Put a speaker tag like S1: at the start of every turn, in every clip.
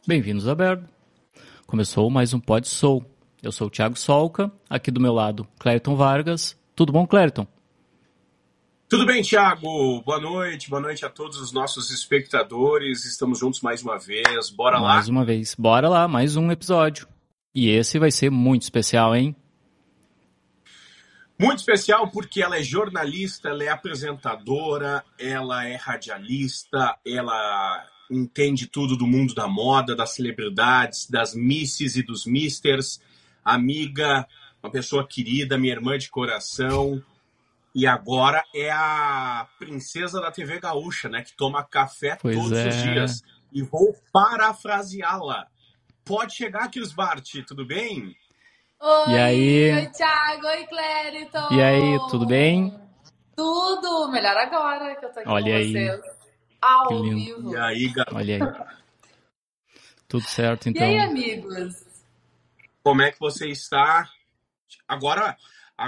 S1: Bem-vindos a bordo. Começou mais um Pod Soul. Eu sou o Thiago Solca, aqui do meu lado, Clériton Vargas. Tudo bom, Clériton?
S2: Tudo bem, Thiago? Boa noite a todos os nossos espectadores. Estamos juntos mais uma vez. Bora lá?
S1: Mais uma vez. Bora lá, mais um episódio. E esse vai ser muito especial, hein?
S2: Muito especial porque ela é jornalista, ela é apresentadora, ela é radialista, ela entende tudo do mundo da moda, das celebridades, das misses e dos misters. Amiga, uma pessoa querida, minha irmã de coração. E agora é a princesa da TV Gaúcha, né? Que toma café todos os dias. E vou parafraseá-la. Pode chegar, Cris Bart, tudo bem?
S3: Oi,
S1: E aí?
S3: Oi, Thiago, oi, Clériton.
S1: E aí, tudo bem?
S3: Tudo, melhor agora que eu tô aqui
S1: Olha
S3: com
S1: aí.
S3: vocês. Ao
S1: Que lindo.
S3: vivo.
S2: E aí, garoto?
S1: Olha aí. Tudo certo, então.
S3: E aí, amigos?
S2: Como é que você está? Agora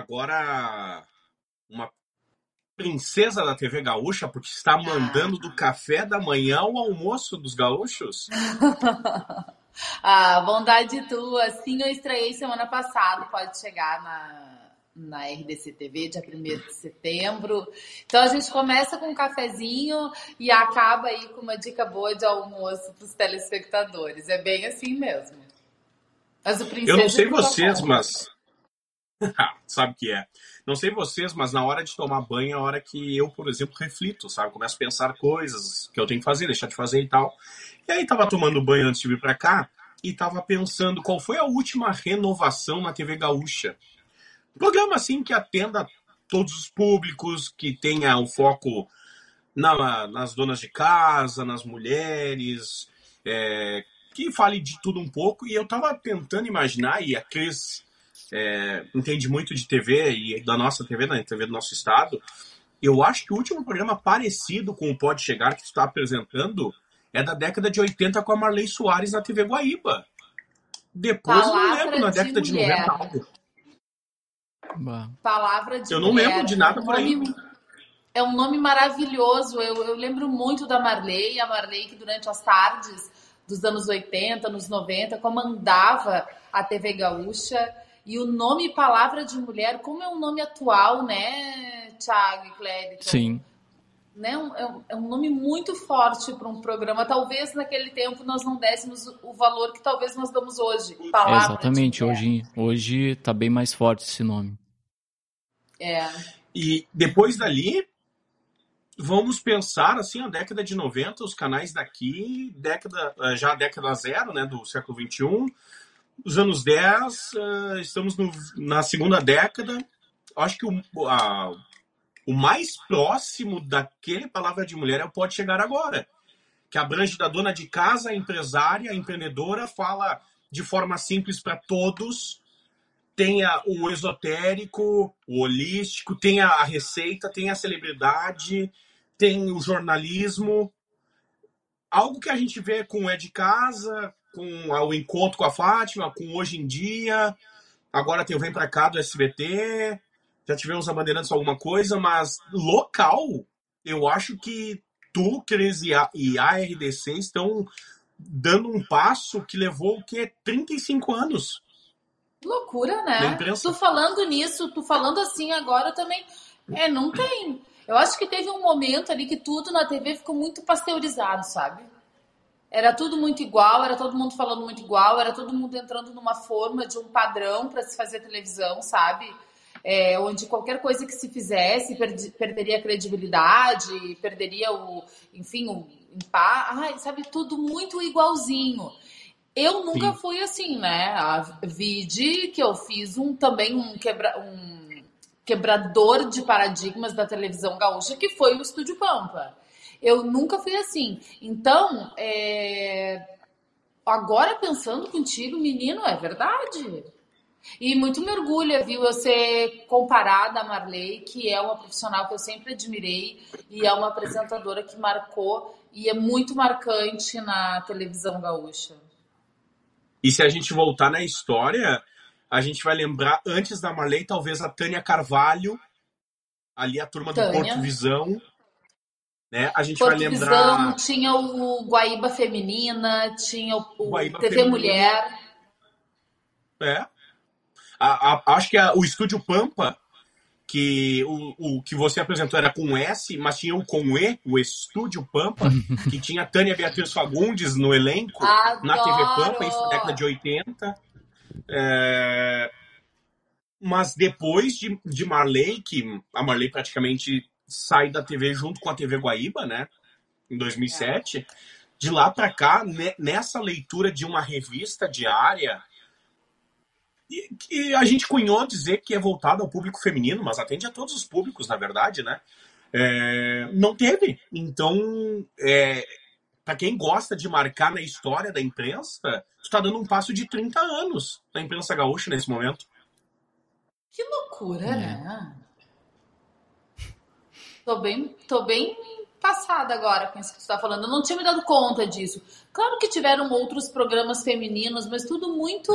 S2: uma princesa da TV Gaúcha, porque está mandando do café da manhã ao almoço dos gaúchos?
S3: Bondade tua. Sim, eu estreiei semana passada, pode chegar na RDC TV, dia 1º de setembro. Então a gente começa com um cafezinho e acaba aí com uma dica boa de almoço para os telespectadores. É bem assim mesmo. Mas o princesa
S2: Eu não sei vocês, mas... Sabe o que é? Não sei vocês, mas na hora de tomar banho é a hora que eu, por exemplo, reflito, sabe? Começo a pensar coisas que eu tenho que fazer, deixar de fazer e tal. E aí tava tomando banho antes de vir pra cá e tava pensando qual foi a última renovação na TV Gaúcha. Programa, assim, que atenda todos os públicos, que tenha o foco nas donas de casa, nas mulheres, que fale de tudo um pouco. E eu tava tentando imaginar, e a Cris entende muito de TV e da nossa TV, da TV do nosso estado. Eu acho que o último programa parecido com o Pode Chegar que tu está apresentando é da década de 80 com a Marley Soares na TV Guaíba. Depois eu não lembro, na década de 90.
S3: Palavra de
S2: Eu não
S3: mulher.
S2: lembro de nada por aí.
S3: É um nome maravilhoso. Eu lembro muito da Marley, a Marley que durante as tardes dos anos 80, anos 90, comandava a TV Gaúcha. E o nome Palavra de Mulher, como é um nome atual, né, Thiago e Clériton?
S1: Sim.
S3: Né? É um nome muito forte para um programa. Talvez naquele tempo nós não dessemos o valor que talvez nós damos hoje. Palavra
S1: Exatamente,
S3: de mulher.
S1: hoje tá bem mais forte esse nome.
S2: E depois dali, vamos pensar, assim, a década de 90, os canais daqui, já a década zero, né, do século XXI, os anos 10, estamos na segunda década. Acho que o mais próximo daquele Palavra de Mulher é o Pode Chegar Agora, que abrange da dona de casa, a empresária, a empreendedora, fala de forma simples para todos. Tem o esotérico, o holístico, tem a receita, tem a celebridade, tem o jornalismo. Algo que a gente vê com o É de Casa, com o Encontro com a Fátima, com Hoje em Dia. Agora tem o Vem Pra Cá do SBT. Já tivemos a Bandeirantes alguma coisa, mas local, eu acho que tu, Cris e a RDC estão dando um passo que levou, 35 anos.
S3: Loucura, né? Tu falando nisso, tu falando assim agora também, não tem. Eu acho que teve um momento ali que tudo na TV ficou muito pasteurizado, sabe? Era tudo muito igual, era todo mundo falando muito igual, era todo mundo entrando numa forma de um padrão para se fazer televisão, sabe? Onde qualquer coisa que se fizesse perderia a credibilidade, perderia o sabe? Tudo muito igualzinho. Eu nunca fui assim, né? Vide que eu fiz também um quebrador de paradigmas da televisão gaúcha, que foi o Estúdio Pampa. Eu nunca fui assim. Então, agora pensando contigo, menino, é verdade. E muito me orgulha, viu, eu ser comparada a Marley, que é uma profissional que eu sempre admirei e é uma apresentadora que marcou e é muito marcante na televisão gaúcha.
S2: E se a gente voltar na história, a gente vai lembrar, antes da Marley, talvez a Tânia Carvalho, ali a turma do Porto Visão. Né? A gente vai lembrar...
S3: Tinha o Guaíba Feminina, tinha o
S2: Guaíba
S3: TV
S2: Feminina.
S3: Mulher.
S2: Acho que o Estúdio Pampa, que o que você apresentou era com S, mas tinha o com E, o Estúdio Pampa, que tinha a Tânia Beatriz Fagundes no elenco, na TV Pampa, isso na década de 80. Mas depois de Marley, que a Marley praticamente sai da TV junto com a TV Guaíba, né, em 2007, de lá para cá, nessa leitura de uma revista diária, que a gente cunhou dizer que é voltado ao público feminino, mas atende a todos os públicos, na verdade, né? Não teve. Então, para quem gosta de marcar na história da imprensa, está dando um passo de 30 anos na imprensa gaúcha nesse momento.
S3: Que loucura, né? Tô bem passada agora com isso que tu tá falando. Eu não tinha me dado conta disso. Claro que tiveram outros programas femininos, mas tudo muito...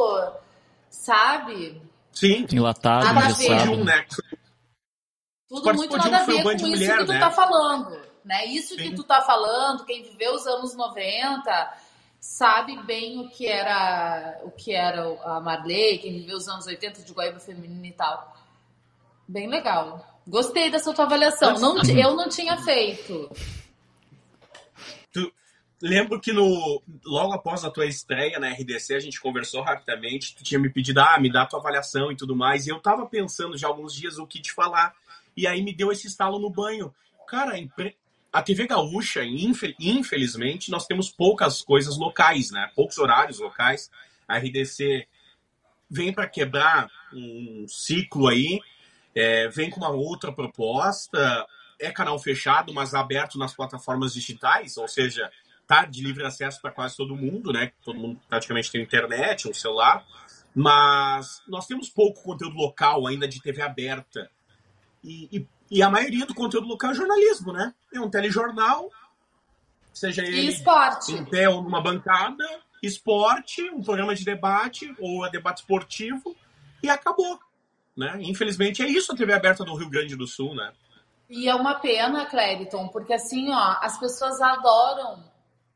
S3: Sabe?
S2: Sim.
S1: Enlatado, engessado.
S2: Né?
S3: Tudo muito nada a ver com isso mulher, que tu tá falando. Né? Isso que tu tá falando, quem viveu os anos 90 sabe bem o que era a Marley, quem viveu os anos 80 de Guaíba Feminina e tal. Bem legal. Gostei dessa tua avaliação. Eu não tinha feito.
S2: Lembro que logo após a tua estreia na RDC, a gente conversou rapidamente, tu tinha me pedido, me dá a tua avaliação e tudo mais, e eu tava pensando já há alguns dias o que te falar, e aí me deu esse estalo no banho. Cara, a TV Gaúcha, infelizmente, nós temos poucas coisas locais, né? Poucos horários locais. A RDC vem para quebrar um ciclo aí, vem com uma outra proposta, é canal fechado, mas aberto nas plataformas digitais, ou seja... Tá de livre acesso para quase todo mundo, né? Todo mundo praticamente tem internet, um celular. Mas nós temos pouco conteúdo local ainda de TV aberta. E a maioria do conteúdo local é jornalismo, né? É um telejornal, seja ele
S3: esporte.
S2: Em pé ou numa bancada, esporte, um programa de debate ou debate esportivo, e acabou. Né? Infelizmente é isso a TV aberta do Rio Grande do Sul, né?
S3: E é uma pena, Clériton, porque assim, as pessoas adoram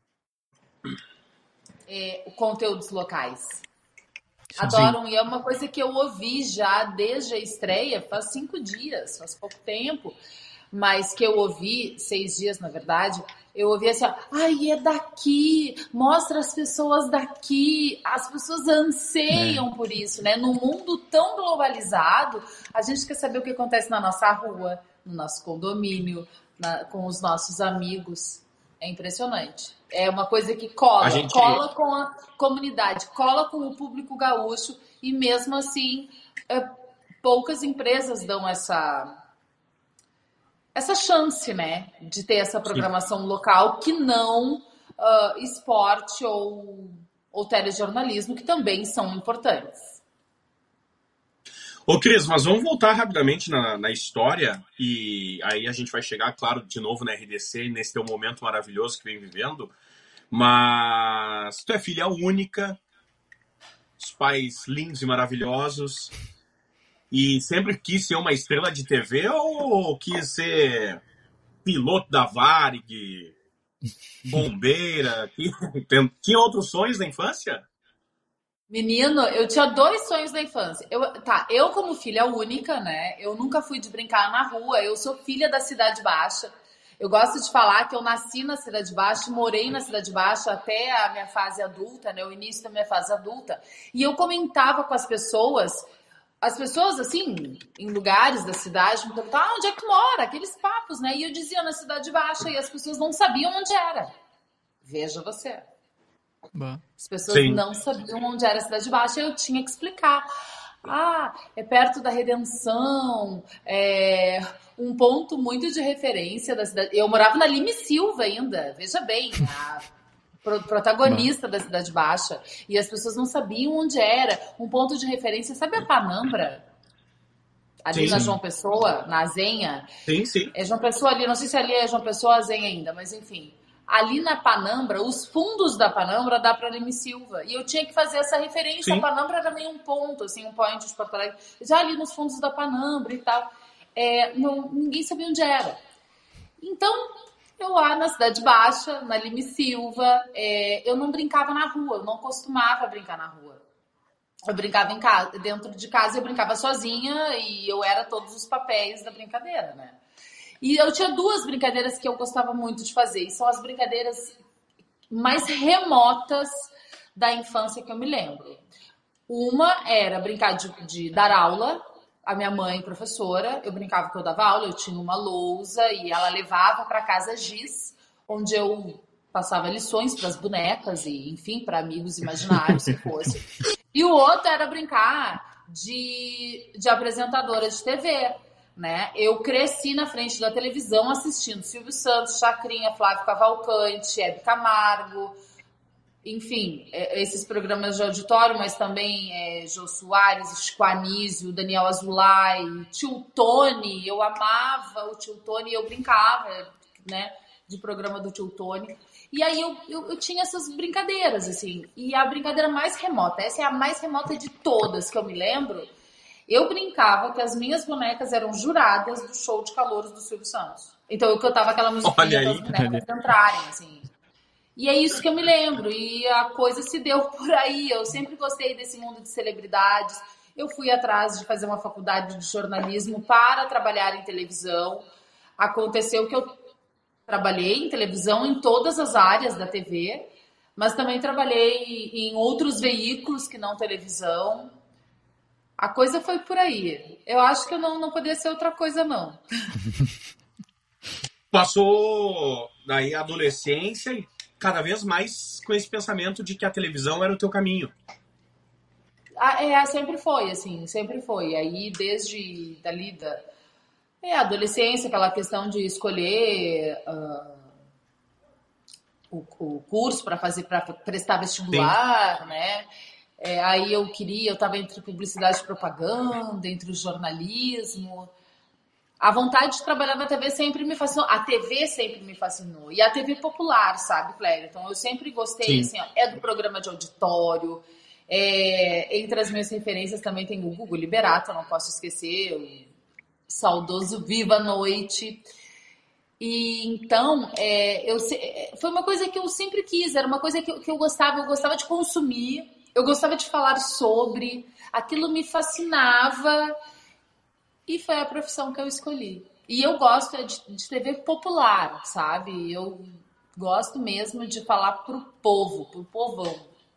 S3: conteúdos locais. Adoram, sim. E é uma coisa que eu ouvi já desde a estreia, faz 5 dias, faz pouco tempo, mas que eu ouvi, 6 dias na verdade, eu ouvi assim, é daqui, mostra as pessoas daqui, as pessoas anseiam por isso, né? Num mundo tão globalizado, a gente quer saber o que acontece na nossa rua, no nosso condomínio, com os nossos amigos. É impressionante. É uma coisa que cola com a comunidade, cola com o público gaúcho e mesmo assim poucas empresas dão essa chance, né, de ter essa programação local que não esporte ou telejornalismo, que também são importantes.
S2: Ô Cris, mas vamos voltar rapidamente na história e aí a gente vai chegar, claro, de novo na RDC, nesse teu momento maravilhoso que vem vivendo, mas tu é filha única, os pais lindos e maravilhosos, e sempre quis ser uma estrela de TV ou quis ser piloto da Varig, bombeira? Tinha outros sonhos na infância?
S3: Menino, eu tinha 2 sonhos na infância. Eu como filha única, né? Eu nunca fui de brincar na rua. Eu sou filha da Cidade Baixa. Eu gosto de falar que eu nasci na Cidade Baixa, morei na Cidade Baixa até a minha fase adulta, né? O início da minha fase adulta. E eu comentava com as pessoas, assim, em lugares da cidade, me perguntavam, onde é que tu mora? Aqueles papos, né? E eu dizia na Cidade Baixa e as pessoas não sabiam onde era. Veja você. As pessoas não sabiam onde era a Cidade Baixa, eu tinha que explicar. É perto da Redenção, um ponto muito de referência da cidade. Eu morava na Lime Silva ainda, veja bem, a protagonista da Cidade Baixa. E as pessoas não sabiam onde era. Um ponto de referência, sabe a Panambra? Ali na João Pessoa, na Azenha?
S2: Sim.
S3: É João Pessoa ali, não sei se ali é João Pessoa ou Azenha ainda, mas enfim. Ali na Panambra, os fundos da Panambra dá para Lime Silva. E eu tinha que fazer essa referência. Sim. A Panambra era meio um ponto, assim, um point de Porto Alegre. Já ali nos fundos da Panambra e tal. Ninguém sabia onde era. Então, Eu lá na Cidade Baixa, na Lime Silva, eu não brincava na rua, eu não costumava brincar na rua. Eu brincava em casa, dentro de casa eu brincava sozinha e eu era todos os papéis da brincadeira, né? E eu tinha 2 brincadeiras que eu gostava muito de fazer, e são as brincadeiras mais remotas da infância que eu me lembro. Uma era brincar de dar aula. A minha mãe, professora, eu brincava que eu dava aula, eu tinha uma lousa e ela levava para casa giz, onde eu passava lições para as bonecas e, enfim, para amigos imaginários, se fosse. E o outro era brincar de apresentadora de TV, né? Eu cresci na frente da televisão assistindo Silvio Santos, Chacrinha, Flávio Cavalcante, Hebe Camargo, enfim, esses programas de auditório, mas também Jô Soares, Chico Anísio, Daniel Azulay, Tio Tony. Eu amava o Tio Tony, eu brincava, né, de programa do Tio Tony. E aí eu tinha essas brincadeiras, assim. E a brincadeira mais remota, essa é a mais remota de todas que eu me lembro, eu brincava que as minhas bonecas eram juradas do show de calouros do Silvio Santos. Então eu cantava aquela musiquinha para as bonecas entrarem, assim. E é isso que eu me lembro, e a coisa se deu por aí. Eu sempre gostei desse mundo de celebridades. Eu fui atrás de fazer uma faculdade de jornalismo para trabalhar em televisão. Aconteceu que eu trabalhei em televisão em todas as áreas da TV, mas também trabalhei em outros veículos que não televisão. A coisa foi por aí. Eu acho que eu não poderia ser outra coisa, não.
S2: Passou daí a adolescência e cada vez mais com esse pensamento de que a televisão era o teu caminho.
S3: Sempre foi, assim, sempre foi. Aí, desde dali da adolescência, aquela questão de escolher o curso para prestar vestibular, sim, né? Aí eu estava entre publicidade e propaganda, entre o jornalismo. A vontade de trabalhar na TV sempre me fascinou. A TV sempre me fascinou. E a TV popular, sabe, Clélia? Então, eu sempre gostei, assim, do programa de auditório. Entre as minhas referências também tem o Gugu Liberato, eu não posso esquecer. O saudoso Viva a Noite. E, então, foi uma coisa que eu sempre quis. Era uma coisa que eu gostava de consumir. Eu gostava de falar sobre. Aquilo me fascinava. E foi a profissão que eu escolhi. E eu gosto de TV popular, sabe? Eu gosto mesmo de falar pro povo, pro povão.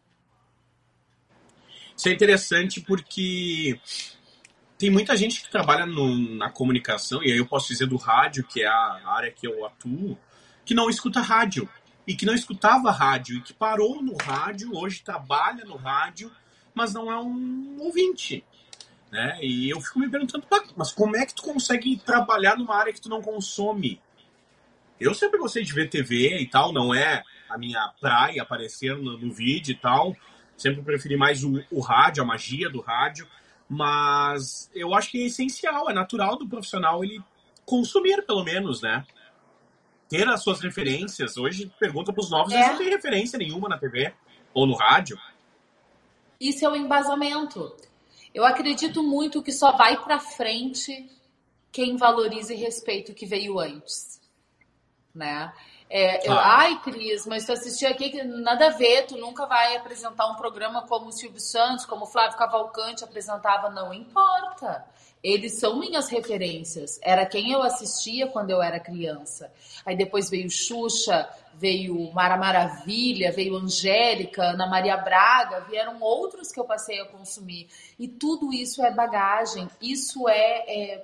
S2: Isso é interessante porque tem muita gente que trabalha na comunicação, e aí eu posso dizer do rádio, que é a área que eu atuo, que não escuta rádio. E que não escutava rádio, e que parou no rádio, hoje trabalha no rádio, mas não é um ouvinte. Né? E eu fico me perguntando, mas como é que tu consegue trabalhar numa área que tu não consome? Eu sempre gostei de ver TV e tal, não é a minha praia aparecer no vídeo e tal. Sempre preferi mais o rádio, a magia do rádio. Mas eu acho que é essencial, é natural do profissional ele consumir, pelo menos, né? Ter as suas referências. Hoje, pergunta pros novos, eles não têm referência nenhuma na TV ou no rádio.
S3: Isso é o embasamento. Eu acredito muito que só vai pra frente quem valoriza e respeita o que veio antes, né? Ai, Cris, mas tu assistiu aqui, nada a ver, tu nunca vai apresentar um programa como o Silvio Santos, como o Flávio Cavalcante apresentava, não importa. Eles são minhas referências. Era quem eu assistia quando eu era criança. Aí depois veio Xuxa, veio Mara Maravilha, veio Angélica, Ana Maria Braga, vieram outros que eu passei a consumir. E tudo isso é bagagem. Isso é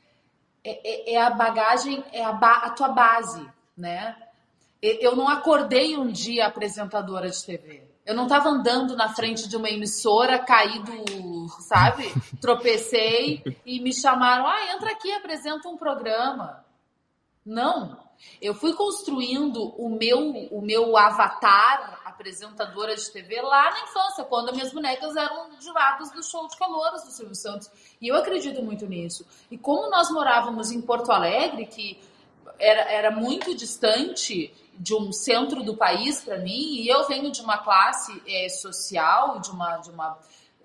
S3: a bagagem, a tua base, né? Eu não acordei um dia apresentadora de TV. Eu não estava andando na frente de uma emissora, caído, sabe? Tropecei e me chamaram, entra aqui, apresenta um programa. Não. Eu fui construindo o meu avatar apresentadora de TV lá na infância, quando as minhas bonecas eram juradas do show de calouros do Silvio Santos. E eu acredito muito nisso. E como nós morávamos em Porto Alegre, que era muito distante de um centro do país para mim, e eu venho de uma classe social, de uma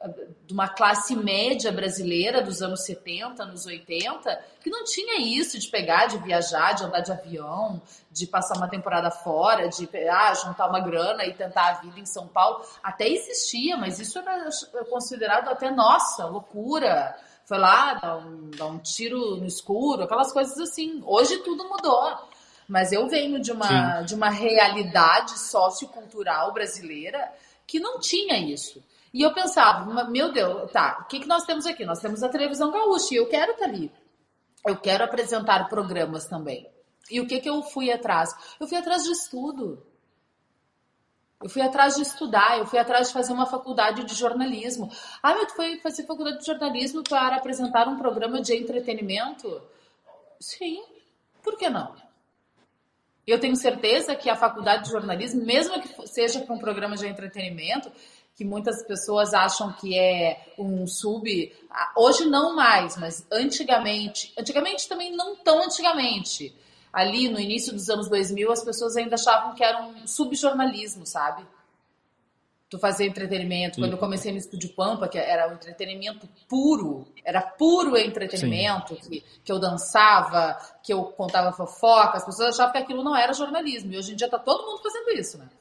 S3: de uma classe média brasileira dos anos 70, anos 80, que não tinha isso de pegar, de viajar, de andar de avião, de passar uma temporada fora, de juntar uma grana e tentar a vida em São Paulo. Até existia, mas isso era considerado até, nossa, loucura. Foi lá dar um tiro no escuro, aquelas coisas assim. Hoje tudo mudou. Mas eu venho de uma realidade sociocultural brasileira que não tinha isso. E eu pensava, meu Deus, tá, o que nós temos aqui? Nós temos a televisão gaúcha e eu quero estar ali. Eu quero apresentar programas também. E o que eu fui atrás? Eu fui atrás de estudo. Eu fui atrás de estudar, eu fui atrás de fazer uma faculdade de jornalismo. Mas tu foi fazer faculdade de jornalismo para apresentar um programa de entretenimento? Sim, por que não? Eu tenho certeza que a faculdade de jornalismo, mesmo que seja para um programa de entretenimento, que muitas pessoas acham que é um hoje não mais, mas antigamente também não tão antigamente, ali no início dos anos 2000, as pessoas ainda achavam que era um subjornalismo, sabe? Tu fazer entretenimento. Quando eu comecei no Estúdio Pampa, que era um entretenimento puro, era puro entretenimento, que eu dançava, que eu contava fofoca, as pessoas achavam que aquilo não era jornalismo. E hoje em dia tá todo mundo fazendo isso, né?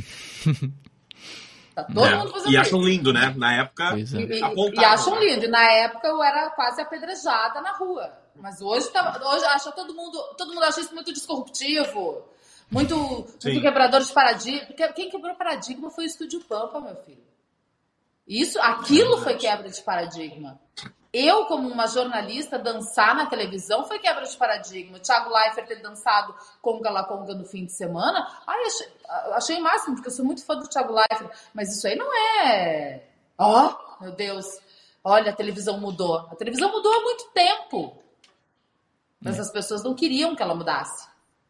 S3: Tá todo mundo fazendo isso.
S2: E acham lindo, né? Na época,
S3: e acham lindo. E na época eu era quase apedrejada na rua. Mas hoje acha todo mundo acha isso muito disruptivo. Muito quebrador de paradigma. Quem quebrou paradigma foi o Estúdio Pampa, meu filho. Aquilo foi quebra de paradigma. Eu, como uma jornalista, dançar na televisão foi quebra de paradigma. O Thiago Leifert ter dançado Conga La Conga no fim de semana, achei o máximo, porque eu sou muito fã do Thiago Leifert. Mas isso aí não é... meu Deus. Olha, a televisão mudou. A televisão mudou há muito tempo. Mas as pessoas não queriam que ela mudasse.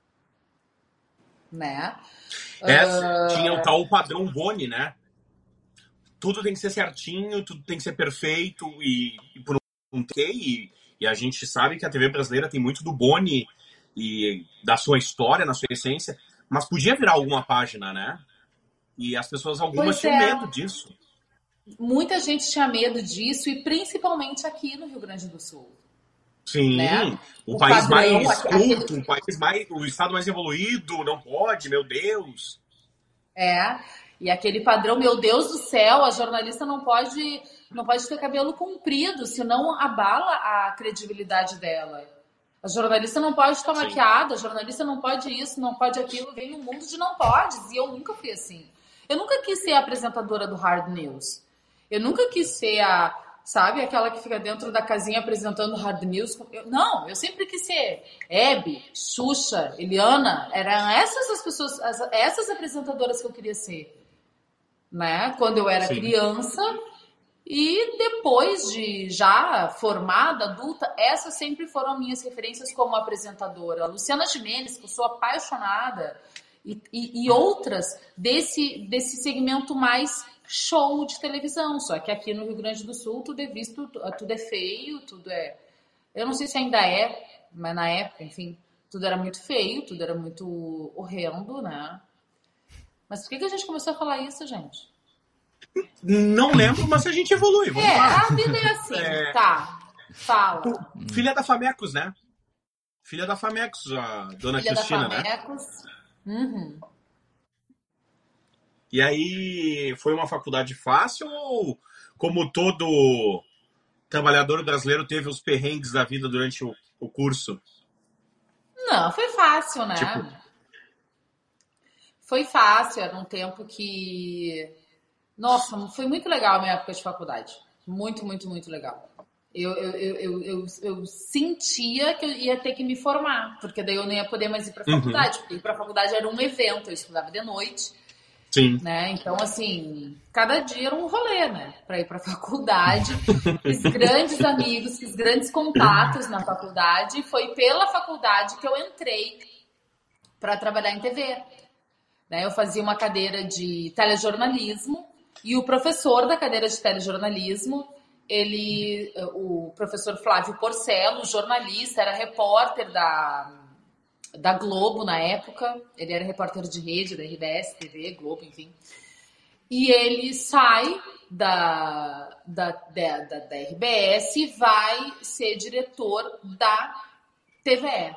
S3: Né?
S2: Tinha o tal padrão Boni, né? Tudo tem que ser certinho, tudo tem que ser perfeito e por e a gente sabe que a TV brasileira tem muito do Boni e da sua história, na sua essência, mas podia virar alguma página, né? E as pessoas, algumas tinham medo disso.
S3: Muita gente tinha medo disso e principalmente aqui no Rio Grande do Sul.
S2: Sim, né? O país padrão, mais culto, o estado mais evoluído, não pode, meu Deus.
S3: E aquele padrão, meu Deus do céu, a jornalista não pode ter cabelo comprido, senão abala a credibilidade dela. A jornalista não pode estar maquiada, a jornalista não pode isso, não pode aquilo, vem um mundo de não podes, e eu nunca fui assim. Eu nunca quis ser a apresentadora do Hard News. Eu nunca quis ser sabe, aquela que fica dentro da casinha apresentando Hard News. Eu sempre quis ser Hebe, Xuxa, Eliana. Eram essas as pessoas, essas apresentadoras que eu queria ser. Né? Quando eu era criança. E depois de já formada, adulta, essas sempre foram minhas referências como apresentadora. Luciana Gimenez, que eu sou apaixonada. E outras desse segmento mais show de televisão, só que aqui no Rio Grande do Sul tudo é visto, tudo é feio, tudo é... Eu não sei se ainda é, mas na época, enfim, tudo era muito feio, tudo era muito horrendo, né? Mas por que a gente começou a falar isso, gente?
S2: Não lembro, mas a gente evolui. Vamos lá.
S3: A vida é assim, tá. Fala.
S2: Filha da Famecos, né? Filha da Famecos, a dona
S3: Filha
S2: Cristina,
S3: da Famecos. Né? Uhum.
S2: E aí, foi uma faculdade fácil ou, como todo trabalhador brasileiro, teve os perrengues da vida durante o curso?
S3: Não, foi fácil, né? Foi fácil, era um tempo que... Nossa, foi muito legal a minha época de faculdade. Muito, muito, muito legal. Eu sentia que eu ia ter que me formar, porque daí eu não ia poder mais ir pra faculdade, porque ir pra faculdade era um evento, eu estudava de noite.
S2: Sim.
S3: Né? Então, assim, cada dia era um rolê, né? Para ir para a faculdade. Fiz grandes amigos, fiz grandes contatos na faculdade. E foi pela faculdade que eu entrei para trabalhar em TV. Né? Eu fazia uma cadeira de telejornalismo e o professor da cadeira de telejornalismo, o professor Flávio Porcelo, jornalista, era repórter da Globo na época, ele era repórter de rede da RBS, TV, Globo, enfim. E ele sai da RBS vai ser diretor da TVE.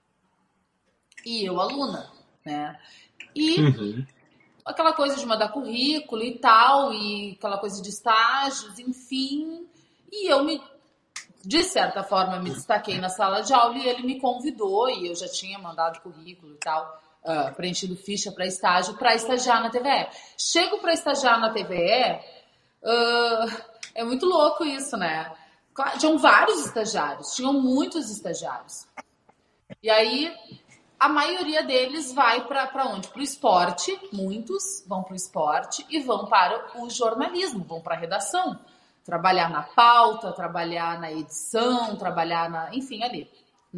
S3: E eu, aluna, né? E aquela coisa de mandar currículo e tal, e aquela coisa de estágios, enfim. E eu de certa forma, me destaquei na sala de aula e ele me convidou, e eu já tinha mandado currículo e tal, preenchido ficha para estágio, para estagiar na TVE. Chego para estagiar na TVE, é muito louco isso, né? Tinham vários estagiários, tinham muitos estagiários. E aí, a maioria deles vai para onde? Para o esporte, muitos vão para o esporte e vão para o jornalismo, vão para a redação. Trabalhar na pauta, trabalhar na edição, trabalhar enfim, ali,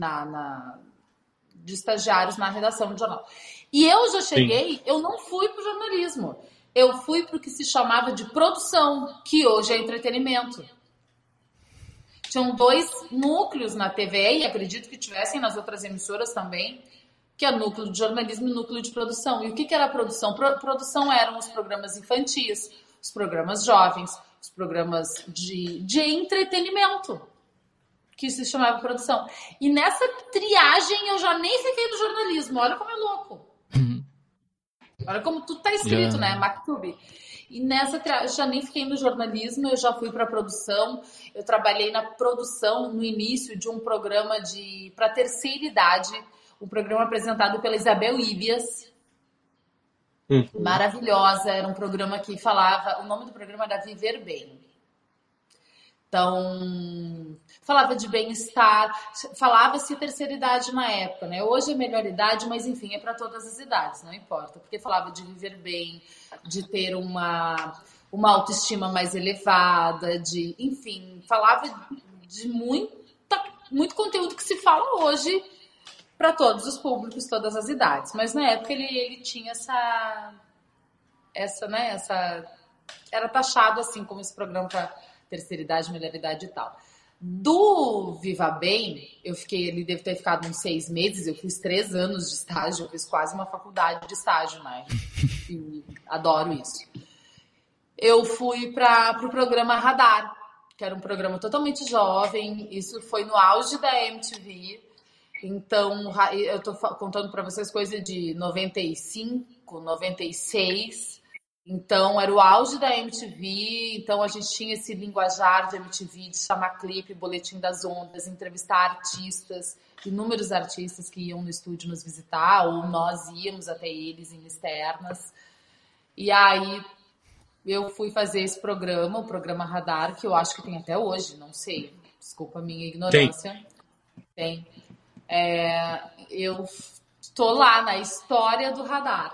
S3: de estagiários na redação do jornal. E eu já cheguei, eu não fui para o jornalismo, eu fui para o que se chamava de produção, que hoje é entretenimento. Tinham 2 núcleos na TVE, e acredito que tivessem nas outras emissoras também, que é núcleo de jornalismo e núcleo de produção. E o que era a produção? Produção eram os programas infantis, os programas jovens, os programas de entretenimento, que se chamava produção. E nessa triagem eu já nem fiquei no jornalismo. Olha como é louco. Olha como tudo tá escrito, né? Maktub. E nessa triagem eu já nem fiquei no jornalismo, eu já fui para produção. Eu trabalhei na produção no início de um programa para terceira idade, um programa apresentado pela Isabel Ibias. Maravilhosa, era um programa que falava, o nome do programa era Viver Bem. Então, falava de bem-estar, falava-se terceira idade na época, né? Hoje é melhor idade, mas enfim, é para todas as idades, não importa, porque falava de viver bem, de ter uma autoestima mais elevada, enfim, falava de muito conteúdo que se fala hoje para todos os públicos, todas as idades. Mas na época ele tinha essa era taxado assim como esse programa para terceira idade, melhor idade e tal. Do Viva Bem, ele deve ter ficado uns 6 meses, eu fiz 3 anos de estágio, eu fiz quase uma faculdade de estágio, né? E adoro isso. Eu fui para o programa Radar, que era um programa totalmente jovem, isso foi no auge da MTV. Então, eu tô contando para vocês coisa de 95, 96. Então, era o auge da MTV. Então, a gente tinha esse linguajar de MTV, de chamar clipe, boletim das ondas, entrevistar artistas, inúmeros artistas que iam no estúdio nos visitar, ou nós íamos até eles em externas. E aí, eu fui fazer esse programa, o programa Radar, que eu acho que tem até hoje, não sei. Desculpa a minha ignorância. Tem. Eu estou lá na história do Radar.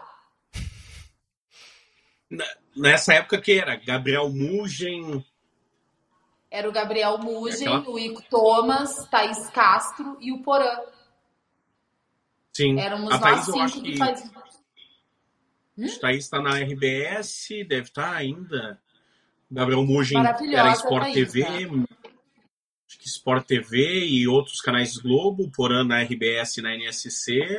S2: Nessa época que era Gabriel Mugen.
S3: Era o Gabriel Mugen, o Ico Thomas, Thaís Castro e o Porã.
S2: Sim.
S3: Éramos
S2: a Thaís,
S3: nós 5 que fazíamos.
S2: A Thaís está na RBS, deve estar ainda. Gabriel Mugen
S3: era
S2: Sport
S3: Thaís,
S2: TV.
S3: né?
S2: Acho que Sport TV e outros canais Globo, Porã na RBS e na NSC.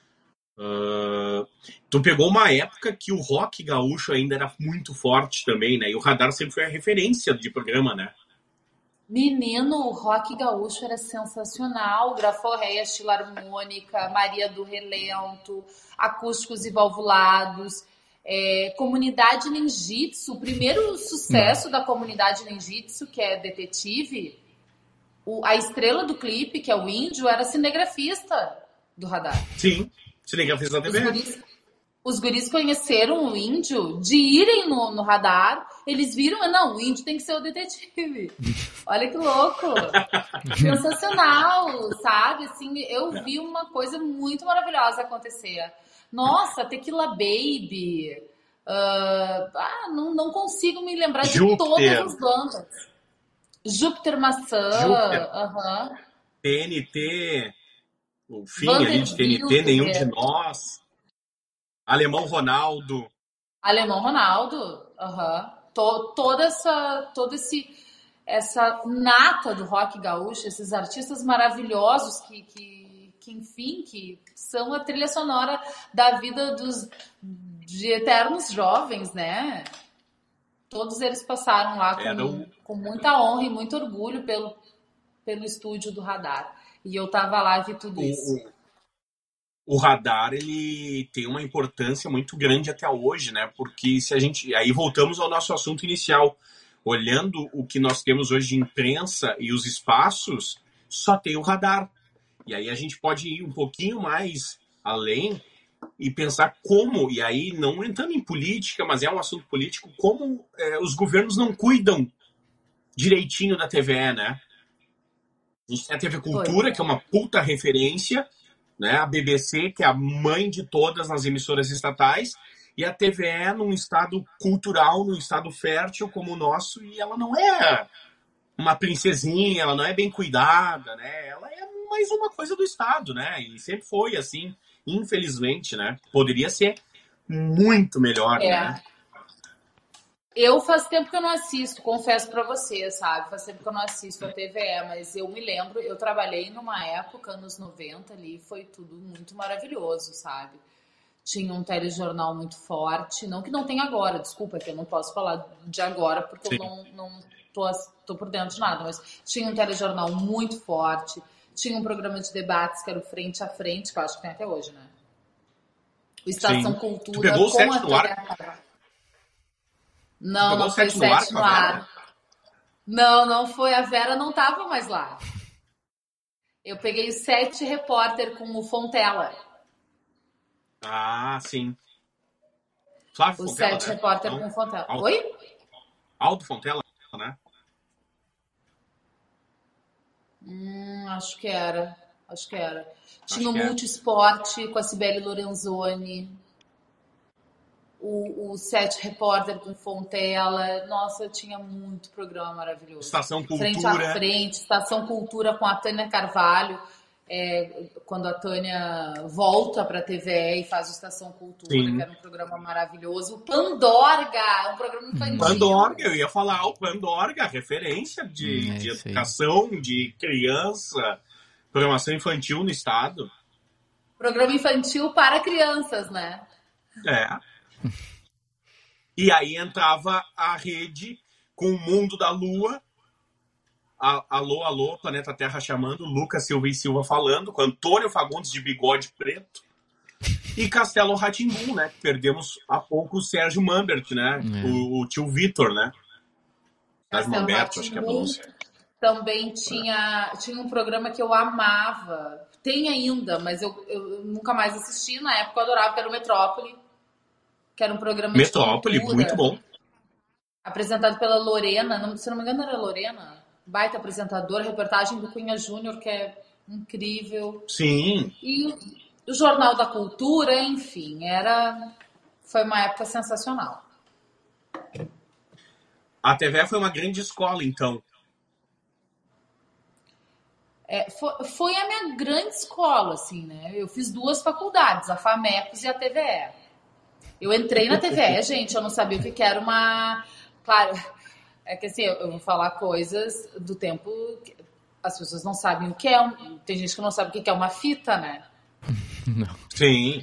S2: Tu pegou uma época que o rock gaúcho ainda era muito forte também, né? E o Radar sempre foi a referência de programa, né?
S3: Menino, o rock gaúcho era sensacional. Graforréia, Filarmônica, Maria do Relento, Acústicos e Valvulados, Comunidade Ninjitsu. O primeiro sucesso da Comunidade Ninjitsu, que é Detetive, a estrela do clipe, que é o Índio, era cinegrafista do Radar.
S2: Sim, cinegrafista da TV.
S3: Os guris conheceram o Índio de irem no Radar, eles viram, não, o Índio tem que ser o detetive. Olha que louco! Sensacional, sabe? Assim, eu vi uma coisa muito maravilhosa acontecer. Nossa, Tequila Baby. Não consigo me lembrar de todas as bandas. Júpiter Maçã.
S2: TNT. O fim ali de TNT, Nenhum de Nós. Alemão Ronaldo.
S3: Toda essa nata do rock gaúcho, esses artistas maravilhosos que enfim, que são a trilha sonora da vida de eternos jovens, né? Todos eles passaram lá com muita honra e muito orgulho pelo estúdio do Radar. E eu tava lá e vi tudo isso.
S2: O Radar, ele tem uma importância muito grande até hoje, né? Porque se a gente... Aí voltamos ao nosso assunto inicial. Olhando o que nós temos hoje de imprensa e os espaços, só tem o Radar. E aí a gente pode ir um pouquinho mais além e pensar como, e aí não entrando em política, mas é um assunto político, como os governos não cuidam direitinho da TVE, né? A gente tem a TV Cultura, que é uma puta referência, né? A BBC, que é a mãe de todas as emissoras estatais, e a TVE num estado cultural, num estado fértil como o nosso, e ela não é uma princesinha, ela não é bem cuidada, né? Ela é mais uma coisa do estado, né? E sempre foi assim, infelizmente, né? Poderia ser muito melhor, né?
S3: Eu faz tempo que eu não assisto, confesso pra você, sabe? Faz tempo que eu não assisto a TVE, mas eu me lembro, eu trabalhei numa época, anos 90 ali, foi tudo muito maravilhoso, sabe? Tinha um telejornal muito forte, não que não tenha agora, desculpa, que eu não posso falar de agora, porque eu não tô por dentro de nada, mas tinha um telejornal muito forte, tinha um programa de debates que era o Frente a Frente, que eu acho que tem até hoje, né? O Estação Cultura.
S2: Tu pegou o 7 no ar?
S3: Não, não foi 7 no ar. Não foi. A Vera não tava mais lá. Eu peguei o 7 repórter com o Fontela.
S2: Ah, sim. Flávio
S3: o
S2: Fontela,
S3: 7 repórter com o Fontela. Oi?
S2: Aldo Fontela, né?
S3: Acho que era. Tinha o Multisport com a Cibele Lorenzoni. O 7 repórter com Fontela. Nossa, tinha muito programa maravilhoso.
S2: Estação Cultura.
S3: Frente a Frente, Estação Cultura com a Tânia Carvalho. Quando a Tânia volta para a TVE e faz o Estação Cultura, que era um programa maravilhoso. O Pandorga, um programa infantil.
S2: Pandorga, eu ia falar o Pandorga, referência de educação, de criança, programação infantil no estado.
S3: Programa infantil para crianças, né?
S2: E aí entrava a rede com o Mundo da Lua, Alô, alô, Planeta Terra chamando, Lucas Silva e Silva falando, com Antônio Fagundes de bigode preto, e Castelo Rá-Tim-Bum, né? Que perdemos há pouco o Sérgio Mambert, né? O tio Vitor, né? Sérgio Mambert, acho que é a pronúncia.
S3: Também tinha um programa que eu amava, tem ainda, mas eu nunca mais assisti, na época eu adorava, que era o Metrópole, que era um programa
S2: Metrópole, muito bom.
S3: Apresentado pela Lorena, se não me engano era Lorena, baita apresentadora, reportagem do Cunha Júnior, que é incrível.
S2: Sim.
S3: E o Jornal da Cultura, enfim, foi uma época sensacional.
S2: A TV foi uma grande escola, então.
S3: Foi a minha grande escola, assim, né? Eu fiz 2 faculdades, a FAMECOS e a TVE. Eu entrei na TVE, gente, eu não sabia o que era uma... Claro, é que assim, eu vou falar coisas do tempo que as pessoas não sabem o que é. Tem gente que não sabe o que é uma fita, né?
S1: Não.
S2: Sim.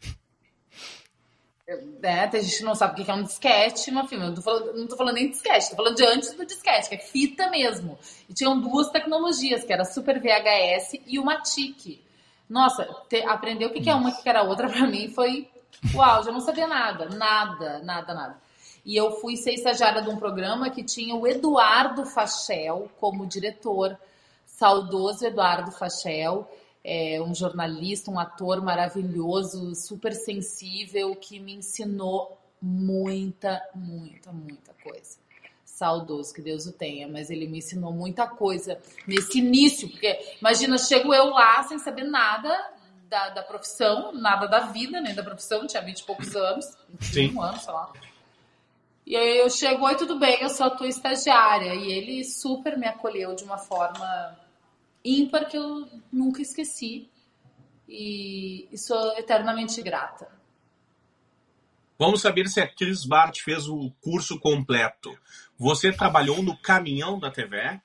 S3: Tem gente que não sabe o que é um disquete, mas enfim, não tô falando nem de disquete, tô falando de antes do disquete, que é fita mesmo. E tinham 2 tecnologias, que era Super VHS e o Matic. Nossa, aprender o que é uma e o que era a outra pra mim foi... Uau, já não sabia nada. E eu fui ser estagiária de um programa que tinha o Eduardo Fachel como diretor. Saudoso Eduardo Fachel, um jornalista, um ator maravilhoso, super sensível, que me ensinou muita coisa. Saudoso, que Deus o tenha, mas ele me ensinou muita coisa nesse início, porque imagina, chego eu lá sem saber nada da profissão, nada da vida, nem da profissão, tinha 20 e poucos anos, 21 anos, sei lá. E aí eu chego, oi, tudo bem, eu sou a tua estagiária. E ele super me acolheu de uma forma ímpar que eu nunca esqueci. E sou eternamente grata.
S2: Vamos saber se a Cris Bart fez o curso completo. Você trabalhou no caminhão da TV?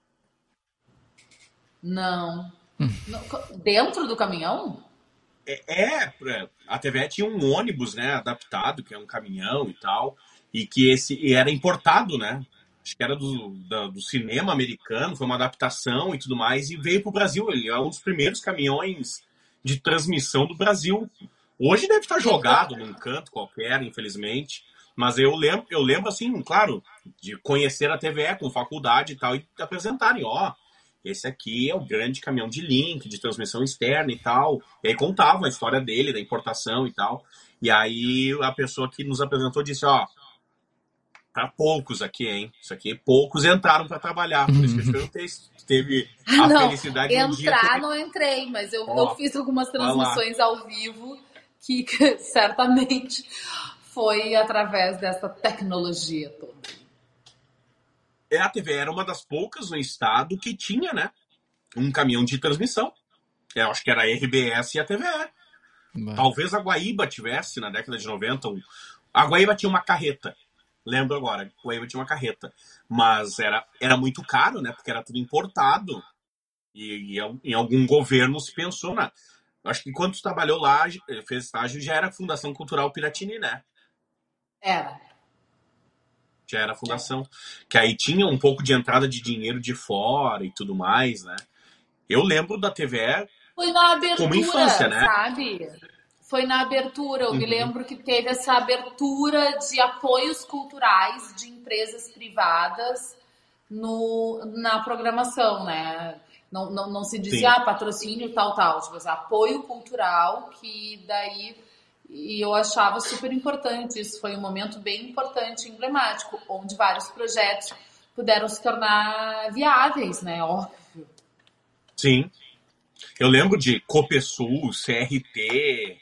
S3: Não. Dentro do caminhão?
S2: A TV tinha um ônibus, né, adaptado, que é um caminhão e tal. e que e era importado, né? Acho que era do cinema americano, foi uma adaptação e tudo mais, e veio para o Brasil. Ele é um dos primeiros caminhões de transmissão do Brasil. Hoje deve estar jogado num canto qualquer, infelizmente. Mas eu lembro assim, claro, de conhecer a TVE com faculdade e tal, e apresentarem, esse aqui é o grande caminhão de link, de transmissão externa e tal. E aí contavam a história dele, da importação e tal. E aí a pessoa que nos apresentou disse, para poucos aqui, hein? Isso aqui, poucos entraram para trabalhar. Por isso que eu te perguntei se teve a felicidade de
S3: entrar não entrei, mas eu fiz algumas transmissões ao vivo que certamente foi através dessa tecnologia toda.
S2: A TV era uma das poucas no estado que tinha, né, um caminhão de transmissão. Eu acho que era a RBS e a TVE. Talvez a Guaíba tivesse, na década de 90. A Guaíba tinha uma carreta. Lembro agora, a Guaíba tinha uma carreta. Mas era muito caro, né, porque era tudo importado. E em algum governo se pensou na... Acho que quando tu trabalhou lá, fez estágio, já era a Fundação Cultural Piratini, né? Já era a fundação. Que aí tinha um pouco de entrada de dinheiro de fora e tudo mais, né? Eu lembro da TVE
S3: foi na abertura,
S2: como infância, né?
S3: Sabe? Foi na abertura. Eu me lembro que teve essa abertura de apoios culturais de empresas privadas na programação, né? Não se dizia patrocínio, tal. Tipo, apoio cultural, que daí... E eu achava super importante. Isso foi um momento bem importante, emblemático, onde vários projetos puderam se tornar viáveis, né? Óbvio.
S2: Sim. Eu lembro de Copesul, CRT,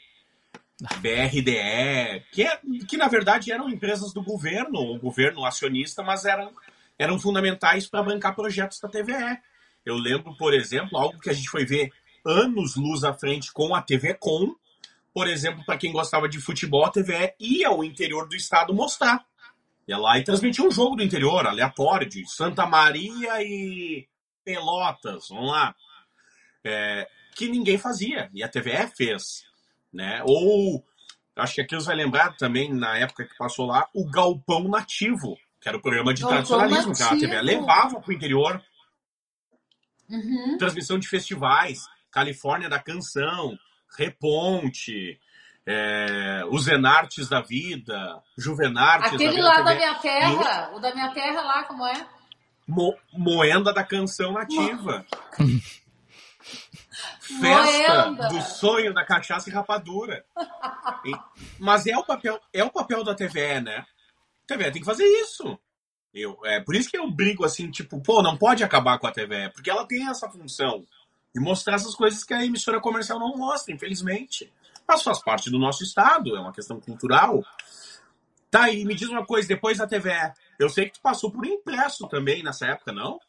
S2: BRDE, que na verdade eram empresas do governo, o governo acionista, mas eram fundamentais para bancar projetos da TVE. Eu lembro, por exemplo, algo que a gente foi ver anos-luz à frente com a TV Com. Por exemplo, para quem gostava de futebol, a TVE ia ao interior do estado mostrar. Ia lá e transmitia um jogo do interior, aleatório, de Santa Maria e Pelotas, vamos lá. Que ninguém fazia, e a TVE fez. Né? Ou, acho que aqui você vai lembrar também, na época que passou lá, o Galpão Nativo, que era o programa de tradicionalismo, que a TVE levava para o interior. Transmissão de festivais, Califórnia da Canção, Reponte, os Enartes da Vida, Juvenartes
S3: aquele
S2: da Vida.
S3: Lá da Minha Terra, o da Minha Terra lá, como é?
S2: Moenda da Canção Nativa. Festa do Sonho da Cachaça e Rapadura. Mas é o papel da TVE, né? A TVE tem que fazer isso. Por isso que eu brigo assim, tipo, não pode acabar com a TVE, porque ela tem essa função de mostrar essas coisas que a emissora comercial não mostra, infelizmente. Mas faz parte do nosso estado, é uma questão cultural. Tá, e me diz uma coisa, depois da TVE, eu sei que tu passou por impresso também nessa época, não?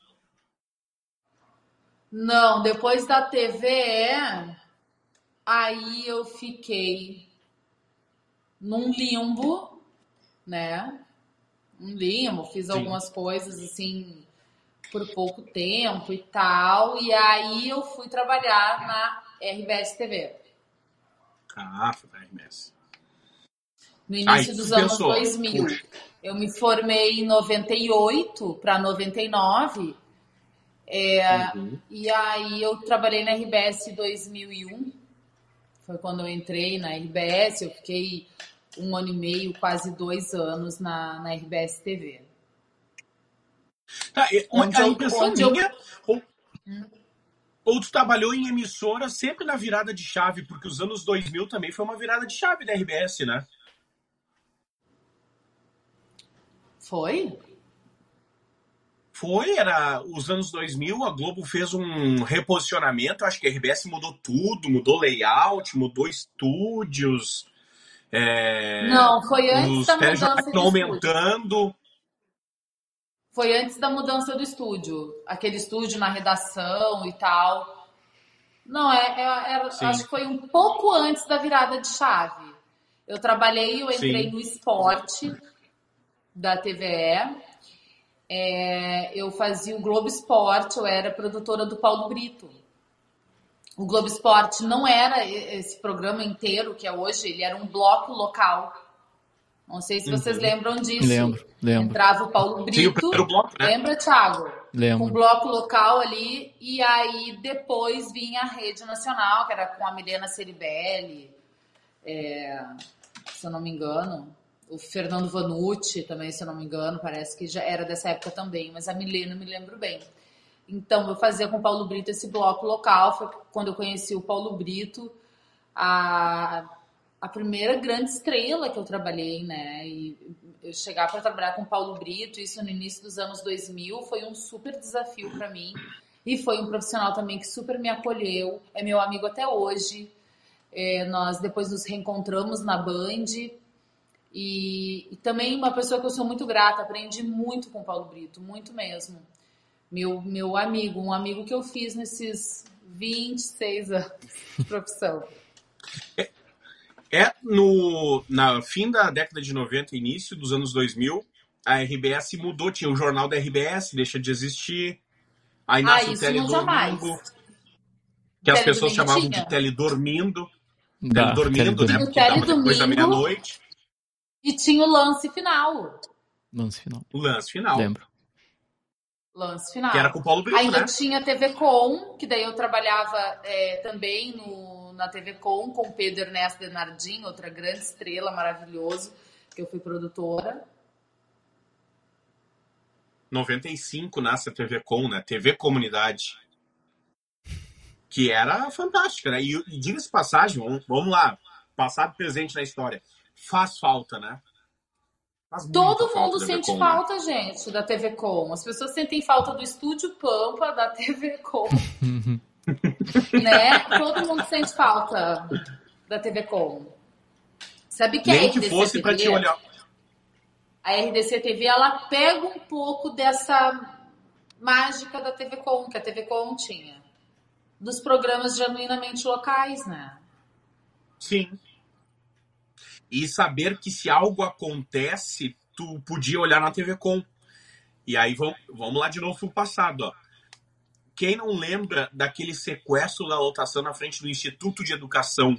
S3: Não, depois da TVE, aí eu fiquei num limbo, né? Fiz algumas coisas assim por pouco tempo e tal, e aí eu fui trabalhar na RBS TV.
S2: Foi pra RBS.
S3: No início dos anos 2000. Puxa. Eu me formei em 98 para 99, e aí eu trabalhei na RBS em 2001, foi quando eu entrei na RBS, eu fiquei 1 ano e meio, quase 2 anos na RBS TV.
S2: Ou tu trabalhou em emissora sempre na virada de chave, porque os anos 2000 também foi uma virada de chave da RBS, né?
S3: Foi?
S2: Era os anos 2000, a Globo fez um reposicionamento, acho que a RBS mudou tudo, mudou layout, mudou estúdios.
S3: Não, foi antes da mudança do
S2: aumentando.
S3: Foi antes da mudança do estúdio. Aquele estúdio na redação e tal. Não, acho que foi um pouco antes da virada de chave. Eu entrei no esporte da TVE. Eu fazia o Globo Esporte, eu era produtora do Paulo Brito. O Globo Esporte não era esse programa inteiro que é hoje, ele era um bloco local. Não sei se vocês lembram disso.
S1: Lembro.
S3: Entrava o Paulo Brito.
S2: Sim, o primeiro bloco, né?
S3: Lembra, Thiago?
S1: Lembro.
S3: Com um bloco local ali. E aí depois vinha a Rede Nacional, que era com a Milena Ceribelli, se eu não me engano. O Fernando Vanucci também, se eu não me engano. Parece que já era dessa época também. Mas a Milena eu me lembro bem. Então eu fazia com o Paulo Brito esse bloco local. Foi quando eu conheci o Paulo Brito. A primeira grande estrela que eu trabalhei, né? E eu chegar para trabalhar com o Paulo Brito, isso no início dos anos 2000, foi um super desafio para mim. E foi um profissional também que super me acolheu. É meu amigo até hoje. Nós depois nos reencontramos na Band. E também uma pessoa que eu sou muito grata. Aprendi muito com o Paulo Brito, muito mesmo. Meu amigo, um amigo que eu fiz nesses 26 anos de profissão.
S2: Na fim da década de 90, início dos anos 2000, a RBS mudou, tinha o jornal da RBS, deixa de existir. Aí nasce o Teledormindo, que as pessoas chamavam de Teledormindo. Teledormindo, né? Porque dava depois da meia-noite.
S3: E tinha o lance final.
S2: O lance final.
S1: Lembro.
S3: Lance final.
S2: Que era com o Paulo Brito,
S3: Ainda
S2: né?
S3: tinha a TV Com, que daí eu trabalhava também na TV Com o Pedro Ernesto Denardim, outra grande estrela, maravilhoso, que eu fui produtora.
S2: 95 nasce a TV Com, né? TV Comunidade. Que era fantástica, né? E diga-se passagem, vamos lá, passado e presente na história. Faz falta, né?
S3: Todo mundo sente falta, gente, da TV Com. As pessoas sentem falta do Estúdio Pampa, da TV Com. Né? Todo mundo sente falta da TV Com. Sabe que
S2: nem
S3: a RDC
S2: que fosse
S3: TV,
S2: pra te olhar.
S3: A RDC TV, ela pega um pouco dessa mágica da TV Com, que a TV Com tinha. Dos programas genuinamente locais, né?
S2: Sim. E saber que se algo acontece, tu podia olhar na TV Com. E aí, vamos lá de novo pro passado, ó. Quem não lembra daquele sequestro da lotação na frente do Instituto de Educação?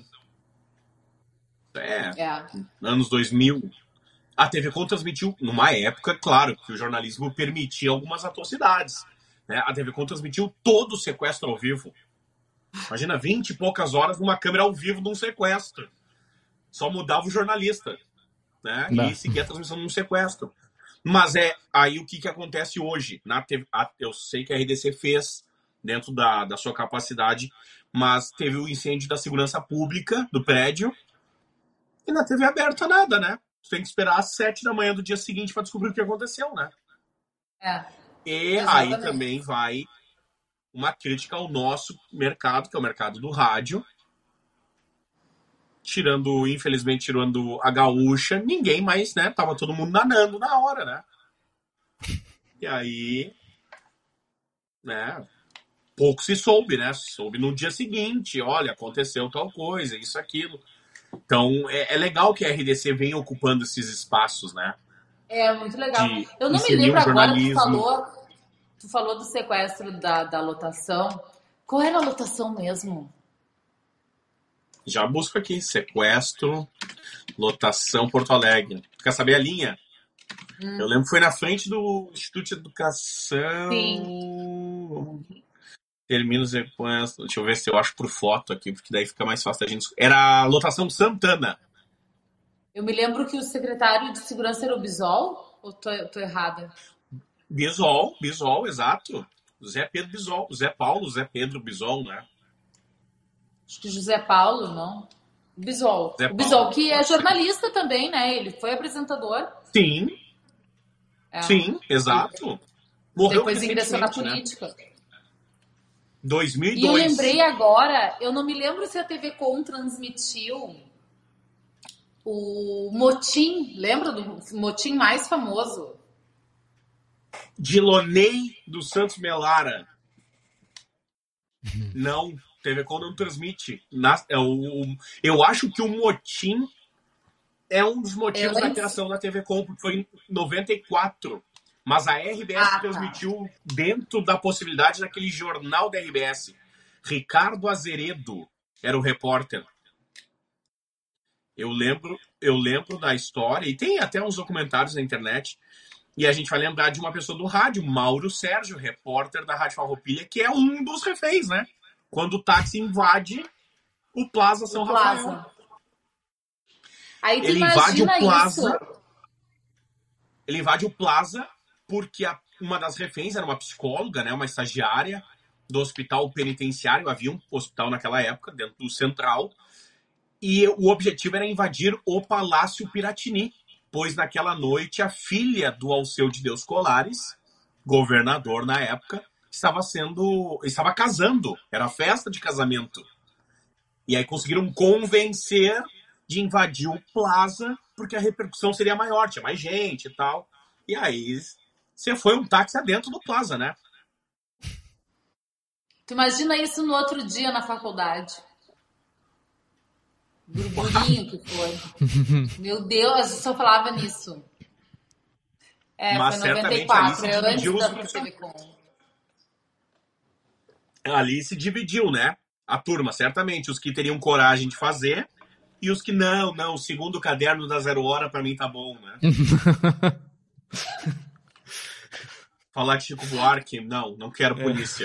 S2: Anos 2000. A TV Com transmitiu, numa época, claro, que o jornalismo permitia algumas atrocidades. Né? A TV Com transmitiu todo o sequestro ao vivo. Imagina, 20 e poucas horas numa câmera ao vivo de um sequestro. Só mudava o jornalista, né? E seguia a transmissão de um sequestro. Mas aí o que acontece hoje? Na TV, eu sei que a RDC fez dentro da sua capacidade, mas teve o incêndio da segurança pública do prédio e na TV aberta nada, né? Você tem que esperar às 7 da manhã do dia seguinte para descobrir o que aconteceu, né? E exatamente. Aí também vai uma crítica ao nosso mercado, que é o mercado do rádio. Infelizmente, tirando a gaúcha, ninguém mais, né? Tava todo mundo nanando na hora, né? E aí, né? Pouco se soube, né? Soube no dia seguinte, olha, aconteceu tal coisa, isso, aquilo. Então, é legal que a RDC venha ocupando esses espaços, né?
S3: É muito legal. Eu não me lembro agora, tu falou do sequestro da lotação. Qual era a lotação mesmo?
S2: Já busco aqui, sequestro, lotação Porto Alegre. Tu quer saber a linha? Eu lembro que foi na frente do Instituto de Educação.
S3: Sim.
S2: Termino o sequestro. Deixa eu ver se eu acho por foto aqui, porque daí fica mais fácil da gente... Era a lotação Santana.
S3: Eu me lembro que o secretário de segurança era o Bisol? Ou tô errada?
S2: Bisol, exato. Zé Pedro Bisol. Zé Pedro Bisol, né?
S3: Acho que José Paulo, não? Bisol.
S2: O
S3: Bisol, que é jornalista também, né? Ele foi apresentador.
S2: Sim. Sim, exato. Morreu
S3: depois ingressou na política.
S2: Né? 2002.
S3: E eu lembrei agora, eu não me lembro se a TV Com transmitiu o motim. Lembra do motim mais famoso?
S2: Dilonei dos Santos Melara. Não. TV Com não transmite. Eu acho que o motim é um dos motivos da criação da TV Com, porque foi em 94. Mas a RBS transmitiu dentro da possibilidade daquele jornal da RBS. Ricardo Azeredo era o repórter. Eu lembro da história, e tem até uns documentários na internet, e a gente vai lembrar de uma pessoa do rádio, Mauro Sérgio, repórter da Rádio Farroupilha, que é um dos reféns, né? Quando o táxi invade o Plaza São Rafael.
S3: Aí ele invade o Plaza. Isso.
S2: Ele invade o Plaza porque uma das reféns era uma psicóloga, né? Uma estagiária do hospital penitenciário. Havia um hospital naquela época, dentro do Central. E o objetivo era invadir o Palácio Piratini, pois naquela noite a filha do Alceu de Deus Colares, governador na época, estava casando. Era festa de casamento. E aí conseguiram convencer de invadir o Plaza, porque a repercussão seria maior, tinha mais gente e tal. E aí você foi um táxi adentro do Plaza, né?
S3: Tu imagina isso no outro dia na faculdade. Burburinho que foi. Meu Deus, a gente só falava nisso.
S2: Mas
S3: foi 94, eu antes da
S2: Telecom. Ali se dividiu, né? A turma, certamente. Os que teriam coragem de fazer e os que não, o segundo caderno da 0 hora pra mim tá bom, né? Falar de Chico Buarque, não quero polícia.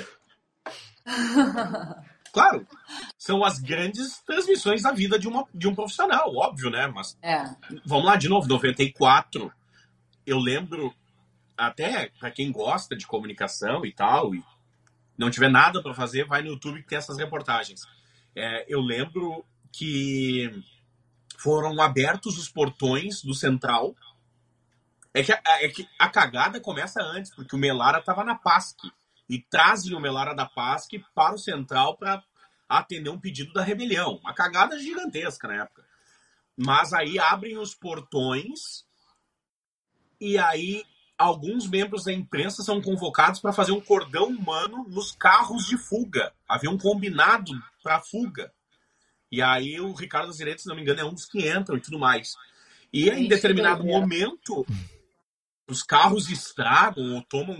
S2: Claro, são as grandes transmissões da vida de um profissional, óbvio, né? Mas vamos lá, de novo, 94. Eu lembro, até para quem gosta de comunicação e tal, e não tiver nada para fazer, vai no YouTube que tem essas reportagens. Eu lembro que foram abertos os portões do Central. É que a cagada começa antes, porque o Melara estava na PASC. E trazem o Melara da PASC para o Central para atender um pedido da rebelião. Uma cagada gigantesca na época. Mas aí abrem os portões e aí alguns membros da imprensa são convocados para fazer um cordão humano nos carros de fuga. Havia um combinado para fuga. E aí o Ricardo Azeredo, se não me engano, é um dos que entram e tudo mais. E em determinado momento, os carros estragam ou tomam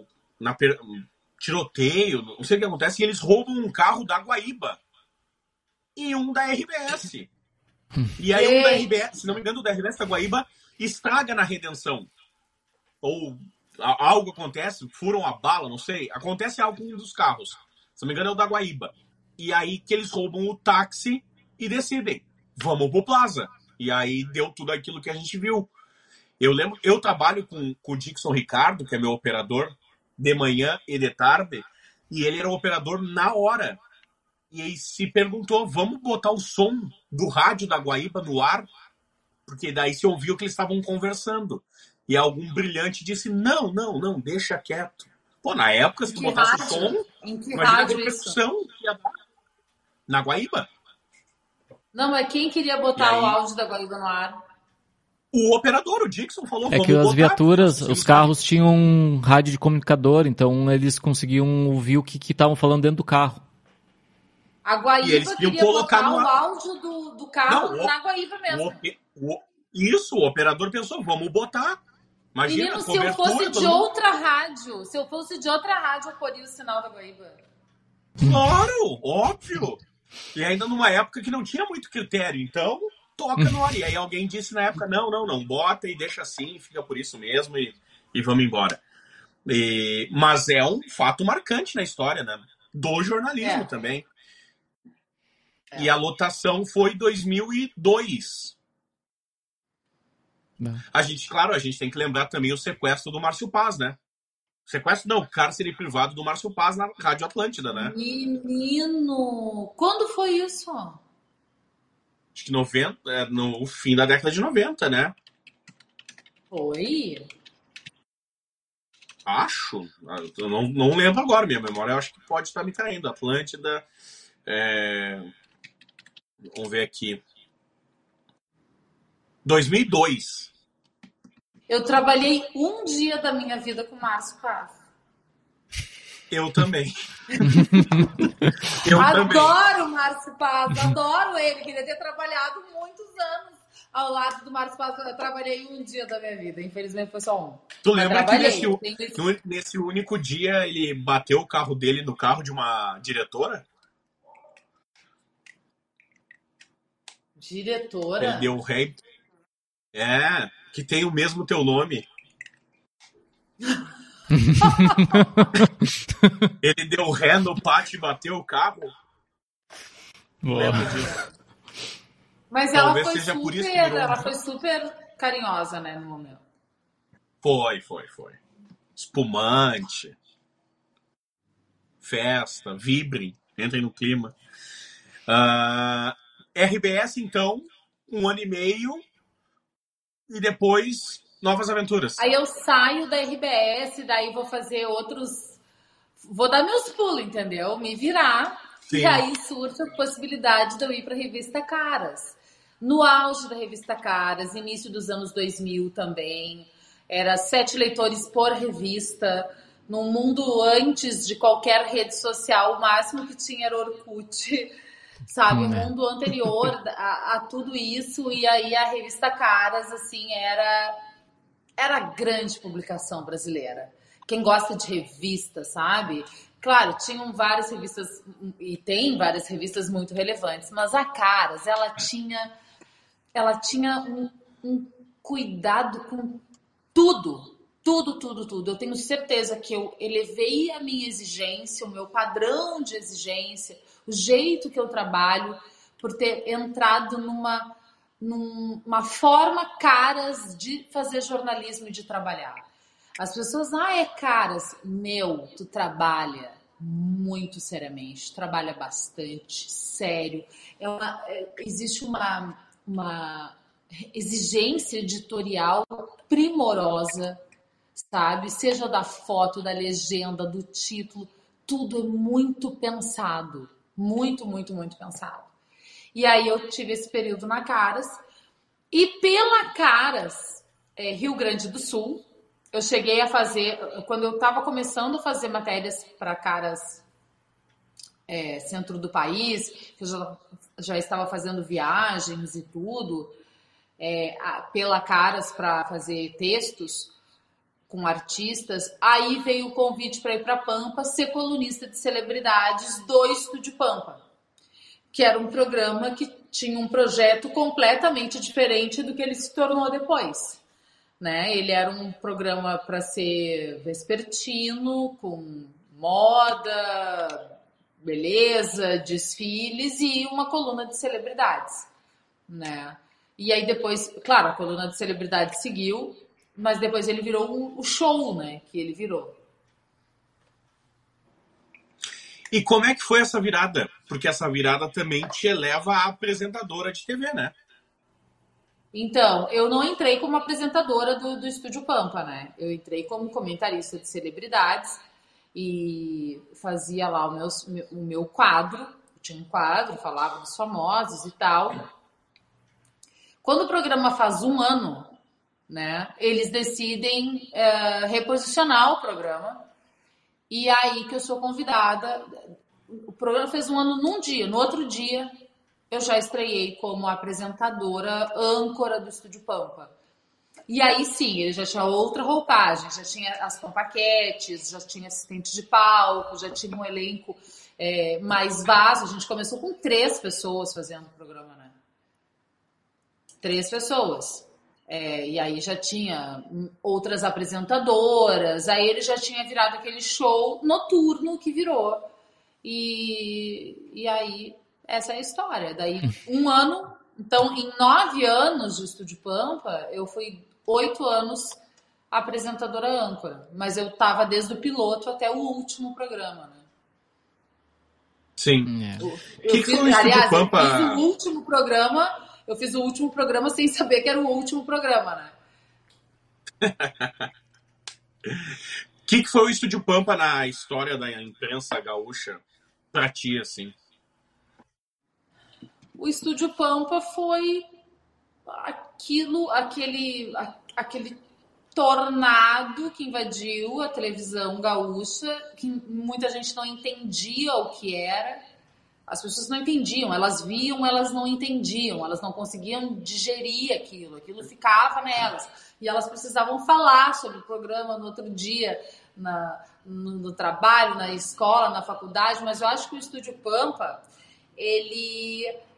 S2: tiroteio, não sei o que acontece, e eles roubam um carro da Guaíba e um da RBS. E aí um da RBS, se não me engano, o da RBS da Guaíba estraga na Redenção. Ou algo acontece, furam a bala, não sei. Acontece algo com um dos carros. Se não me engano, é o da Guaíba. E aí que eles roubam o táxi e decidem, vamos pro Plaza. E aí deu tudo aquilo que a gente viu. Eu trabalho com o Dixon Ricardo, que é meu operador, de manhã e de tarde, e ele era o operador na hora. E aí se perguntou, vamos botar o som do rádio da Guaíba no ar? Porque daí se ouviu que eles estavam conversando. E algum brilhante disse, não, deixa quieto. Pô, na época, se tu botasse o som, imagina a repercussão que ia dar na Guaíba.
S3: Não, mas quem queria botar o áudio da Guaíba no ar?
S2: O operador, o Dixon, falou,
S1: vamos botar. É que as viaturas, os carros tinham um rádio de comunicador, então eles conseguiam ouvir o que estavam falando dentro do carro.
S3: A Guaíba queria botar o áudio do carro na Guaíba mesmo.
S2: Isso, o operador pensou, vamos botar. Imagina,
S3: menino, se eu fosse de outra rádio, eu poria o sinal da Guaíba.
S2: Claro, óbvio. E ainda numa época que não tinha muito critério, então toca no ar. E aí alguém disse na época, não, bota e deixa assim, fica por isso mesmo e vamos embora. Mas é um fato marcante na história, né? Do jornalismo também. E a lotação foi 2002. A gente tem que lembrar também o sequestro do Márcio Paz, né? O cárcere privado do Márcio Paz na Rádio Atlântida, né?
S3: Menino! Quando foi isso?
S2: Acho que no fim da década de 90, né?
S3: Foi?
S2: Acho. Eu não lembro agora, minha memória. Eu acho que pode estar me traindo. Atlântida. Vamos ver aqui. 2002.
S3: Eu trabalhei um dia da minha vida com o Márcio Paz.
S2: Eu também.
S3: Adoro o Márcio Paz, adoro ele. Queria ter trabalhado muitos anos ao lado do Márcio Paz. Eu trabalhei um dia da minha vida, infelizmente foi só um.
S2: Tu lembra que nesse único dia ele bateu o carro dele no carro de uma diretora?
S3: Diretora?
S2: Ele deu ré. Que tem o mesmo teu nome. Ele deu ré no pátio e bateu o carro. Lembra disso?
S3: Mas ela foi super carinhosa, né, no momento.
S2: Foi. Espumante. Festa, vibrem, entrem no clima. RBS, então, 1 ano e meio. E depois, novas aventuras.
S3: Aí eu saio da RBS, daí vou fazer outros... Vou dar meus pulos, entendeu? Me virar. Sim. E aí surge a possibilidade de eu ir para a Revista Caras. No auge da Revista Caras, início dos anos 2000 também. Era 7 leitores por revista. Num mundo antes de qualquer rede social, o máximo que tinha era Orkut. Sabe, o mundo anterior a tudo isso, e aí a Revista Caras, assim, era a grande publicação brasileira. Quem gosta de revista, sabe? Claro, tinham várias revistas, e tem várias revistas muito relevantes, mas a Caras, ela tinha um cuidado com tudo. Tudo. Eu tenho certeza que eu elevei a minha exigência, o meu padrão de exigência, o jeito que eu trabalho, por ter entrado numa forma Caras de fazer jornalismo e de trabalhar. As pessoas, é Caras. Tu trabalha muito seriamente, trabalha bastante, sério. Existe uma exigência editorial primorosa, sabe? Seja da foto, da legenda, do título, tudo é muito pensado. Muito pensado. E aí eu tive esse período na Caras. E pela Caras, Rio Grande do Sul, eu cheguei a fazer... Quando eu estava começando a fazer matérias para Caras centro do país, que eu já estava fazendo viagens e tudo, pela Caras para fazer textos com artistas, aí veio o convite para ir para Pampa ser colunista de celebridades do Estúdio Pampa, que era um programa que tinha um projeto completamente diferente do que ele se tornou depois, né? Ele era um programa para ser vespertino, com moda, beleza, desfiles e uma coluna de celebridades, né? E aí depois, claro, a coluna de celebridades seguiu, mas depois ele virou o show, né? Que ele virou.
S2: E como é que foi essa virada? Porque essa virada também te eleva a apresentadora de TV, né?
S3: Então, eu não entrei como apresentadora do Estúdio Pampa, né? Eu entrei como comentarista de celebridades e fazia lá o meu quadro. Eu tinha um quadro, falava dos famosos e tal. Quando o programa faz 1 ano, né, eles decidem reposicionar o programa. E aí que eu sou convidada. O programa fez 1 ano num dia. No outro dia, eu já estreiei como apresentadora âncora do Estúdio Pampa. E aí sim, ele já tinha outra roupagem. Já tinha as pampaquetes, já tinha assistente de palco, já tinha um elenco mais vasto. A gente começou com 3 pessoas fazendo o programa, né? 3 pessoas. E aí já tinha outras apresentadoras, aí ele já tinha virado aquele show noturno que virou. E aí, essa é a história. Daí, 1 ano, então em 9 anos de Estúdio Pampa, eu fui 8 anos apresentadora âncora, mas eu tava desde o piloto até o último programa, né?
S2: Sim.
S3: Eu fiz o último programa. Eu fiz o último programa sem saber que era o último programa, né?
S2: O que foi o Estúdio Pampa na história da imprensa gaúcha pra ti, assim?
S3: O Estúdio Pampa foi aquele tornado que invadiu a televisão gaúcha, que muita gente não entendia o que era. As pessoas não entendiam, elas viam, elas não entendiam, elas não conseguiam digerir aquilo ficava nelas. E elas precisavam falar sobre o programa no outro dia, no trabalho, na escola, na faculdade, mas eu acho que o Estúdio Pampa, ele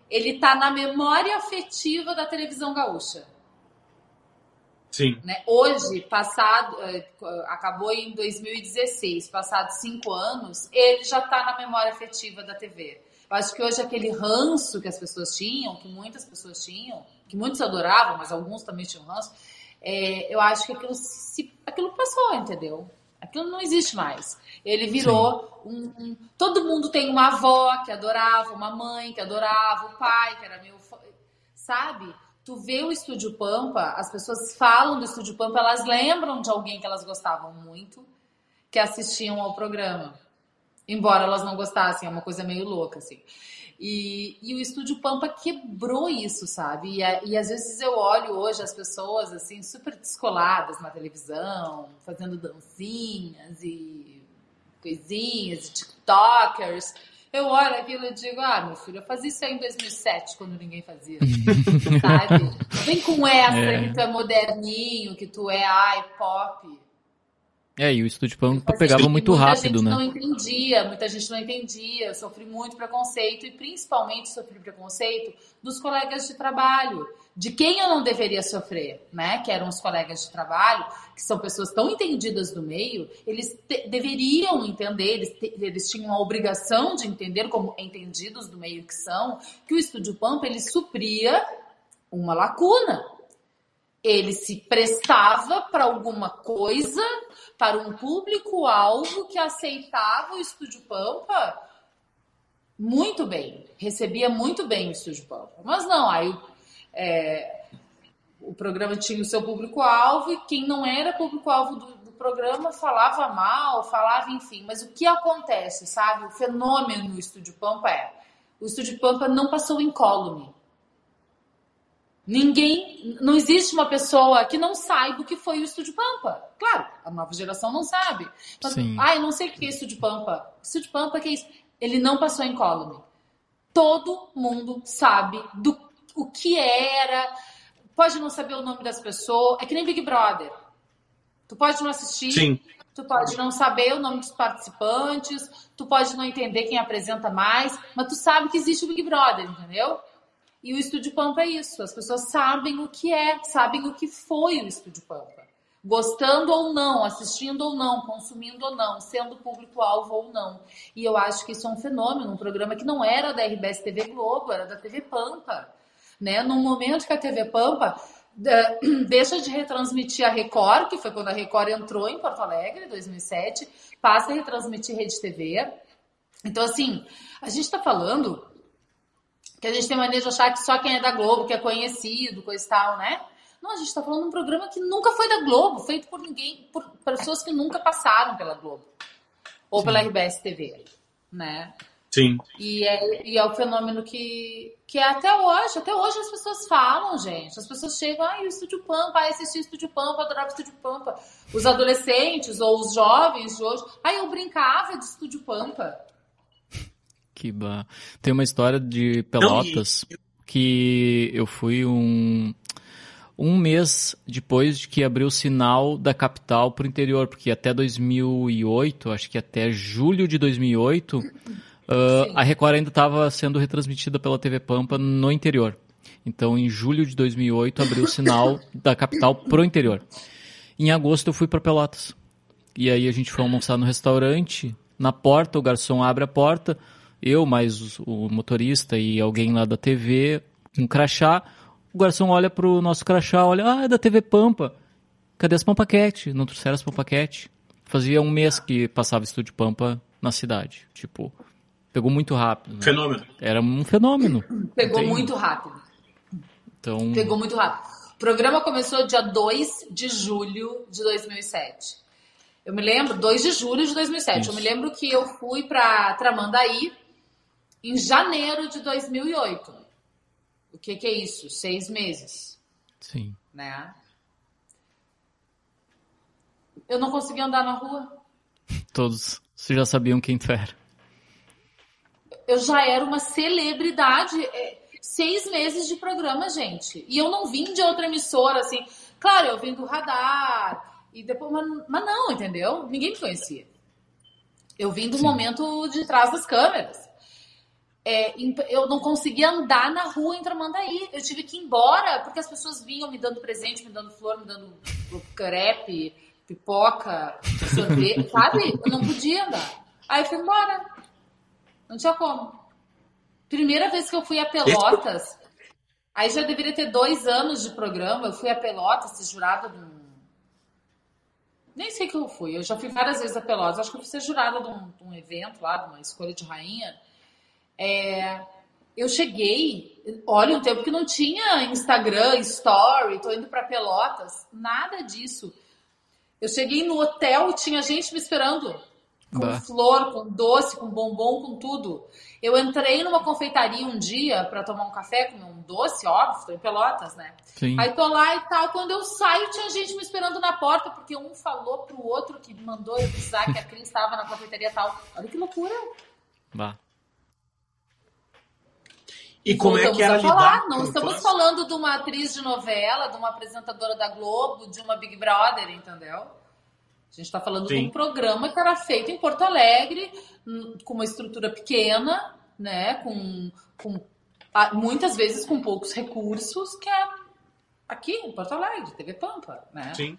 S3: ele tá na memória afetiva da televisão gaúcha.
S2: Sim.
S3: Né? Hoje, acabou em 2016, passados 5 anos, ele já tá na memória afetiva da TV. Eu acho que hoje aquele ranço que as pessoas tinham, que muitas pessoas tinham, que muitos adoravam, mas alguns também tinham ranço, eu acho que aquilo passou, entendeu? Aquilo não existe mais. Ele virou todo mundo tem uma avó que adorava, uma mãe que adorava, o pai que era meu... Sabe? Tu vê o Estúdio Pampa, as pessoas falam do Estúdio Pampa, elas lembram de alguém que elas gostavam muito, que assistiam ao programa. Embora elas não gostassem, é uma coisa meio louca, assim. E o Estúdio Pampa quebrou isso, sabe? E às vezes eu olho hoje as pessoas, assim, super descoladas na televisão, fazendo dancinhas e coisinhas, e tiktokers. Eu olho aquilo e digo, meu filho, eu fazia isso aí em 2007, quando ninguém fazia. Sabe? Vem com essa que tu é moderninho, que tu é pop.
S1: E o Estúdio Pampa pegava muito rápido, né?
S3: Muita gente não entendia. Eu sofri muito preconceito e principalmente sofri preconceito dos colegas de trabalho, de quem eu não deveria sofrer, né? Que eram os colegas de trabalho, que são pessoas tão entendidas do meio, eles deveriam entender, eles tinham a obrigação de entender, como entendidos do meio que são, que o Estúdio Pampa, ele supria uma lacuna. Ele se prestava para alguma coisa, para um público-alvo que aceitava o Estúdio Pampa muito bem, recebia muito bem o Estúdio Pampa. Mas não, aí o programa tinha o seu público-alvo e quem não era público-alvo do programa falava mal, falava enfim. Mas o que acontece, sabe? O fenômeno no Estúdio Pampa o Estúdio Pampa não passou incólume. Não existe uma pessoa que não saiba o que foi o Estúdio Pampa. Claro, a nova geração não sabe. Mas, eu não sei o que é Estúdio Pampa. Estúdio Pampa, que é isso? Ele não passou incólume. Todo mundo sabe o que era. Pode não saber o nome das pessoas. É que nem Big Brother. Tu pode não assistir.
S2: Sim.
S3: Tu pode não saber o nome dos participantes. Tu pode não entender quem apresenta mais. Mas tu sabe que existe o Big Brother, entendeu? E o Estúdio Pampa é isso. As pessoas sabem o que sabem o que foi o Estúdio Pampa. Gostando ou não, assistindo ou não, consumindo ou não, sendo público-alvo ou não. E eu acho que isso é um fenômeno, um programa que não era da RBS TV Globo, era da TV Pampa. Né? Num momento que a TV Pampa deixa de retransmitir a Record, que foi quando a Record entrou em Porto Alegre, em 2007, passa a retransmitir Rede TV. Então, assim, a gente está falando... que a gente tem mania de achar que só quem é da Globo, que é conhecido, coisa e tal, né? Não, a gente está falando de um programa que nunca foi da Globo, feito por ninguém, por pessoas que nunca passaram pela Globo. Ou pela RBS TV, né?
S2: Sim.
S3: E é o fenômeno que é até hoje. Até hoje as pessoas falam, gente. As pessoas chegam, o Estúdio Pampa, assisti o Estúdio Pampa, adorava o Estúdio Pampa. Os adolescentes ou os jovens de hoje, eu brincava de Estúdio Pampa.
S1: Tem uma história de Pelotas que eu fui um mês depois de que abriu o sinal da capital para o interior, porque até 2008, acho que até julho de 2008, a Record ainda estava sendo retransmitida pela TV Pampa no interior. Então, em julho de 2008, abriu o sinal da capital para o interior. Em agosto, eu fui para Pelotas. E aí a gente foi almoçar no restaurante. Na porta, o garçom abre a porta. Eu, mais o motorista e alguém lá da TV, um crachá. O garçom olha pro nosso crachá, olha, é da TV Pampa. Cadê as Pampaquete? Não trouxeram as Pampaquete? Fazia um mês que passava Estúdio Pampa na cidade. Tipo, pegou muito rápido. Né?
S2: Fenômeno.
S1: Era um fenômeno.
S3: Pegou muito rápido.
S1: Então...
S3: Pegou muito rápido. O programa começou dia 2 de julho de 2007. Eu me lembro, 2 de julho de 2007. Isso. Eu me lembro que eu fui pra Tramandaí em janeiro de 2008. O que é isso? 6 meses.
S1: Sim.
S3: Né? Eu não conseguia andar na rua.
S1: Todos já sabiam quem tu era.
S3: Eu já era uma celebridade. 6 meses de programa, gente. E eu não vim de outra emissora, assim. Claro, eu vim do Radar. E depois, mas não, entendeu? Ninguém me conhecia. Eu vim do momento de trás das câmeras. eu não conseguia andar na rua em Tramandaí. Eu tive que ir embora, porque as pessoas vinham me dando presente, me dando flor, me dando crepe, pipoca, sorvete, sabe? Eu não podia andar. Aí eu fui embora. Não tinha como. Primeira vez que eu fui a Pelotas, aí já deveria ter 2 anos de programa, eu fui a Pelotas, ser jurada de um... Nem sei que eu fui, eu já fui várias vezes a Pelotas, acho que eu fui ser jurada de um evento lá, de uma escolha de rainha. Eu cheguei, olha, um tempo que não tinha Instagram, Story, tô indo pra Pelotas, nada disso. Eu cheguei no hotel e tinha gente me esperando, com flor, com doce, com bombom, com tudo. Eu entrei numa confeitaria um dia pra tomar um café, comer um doce, óbvio, tô em Pelotas, né?
S1: Sim.
S3: Aí tô lá e tal, quando eu saio tinha gente me esperando na porta, porque um falou pro outro que mandou eu avisar que a Cris estava na confeitaria tal. Olha que loucura.
S1: Bah.
S2: E como é que era lidar?
S3: Não estamos falando de uma atriz de novela, de uma apresentadora da Globo, de uma Big Brother, entendeu? A gente está falando de um programa que era feito em Porto Alegre, com uma estrutura pequena, né? Com muitas vezes com poucos recursos, que é aqui em Porto Alegre, TV Pampa, né?
S2: Sim.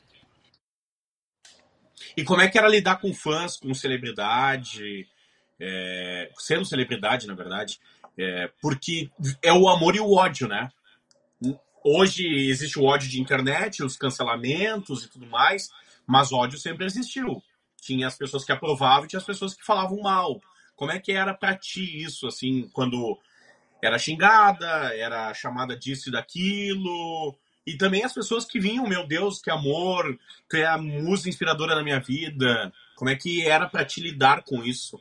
S2: E como é que era lidar com fãs, com celebridade, sendo celebridade, na verdade? Porque é o amor e o ódio, né? Hoje existe o ódio de internet, os cancelamentos e tudo mais, mas ódio sempre existiu. Tinha as pessoas que aprovavam e tinha as pessoas que falavam mal. Como é que era pra ti isso, assim, quando era xingada, era chamada disso e daquilo? E também as pessoas que vinham, meu Deus, que amor, tu é a musa inspiradora da minha vida. Como é que era pra ti lidar com isso?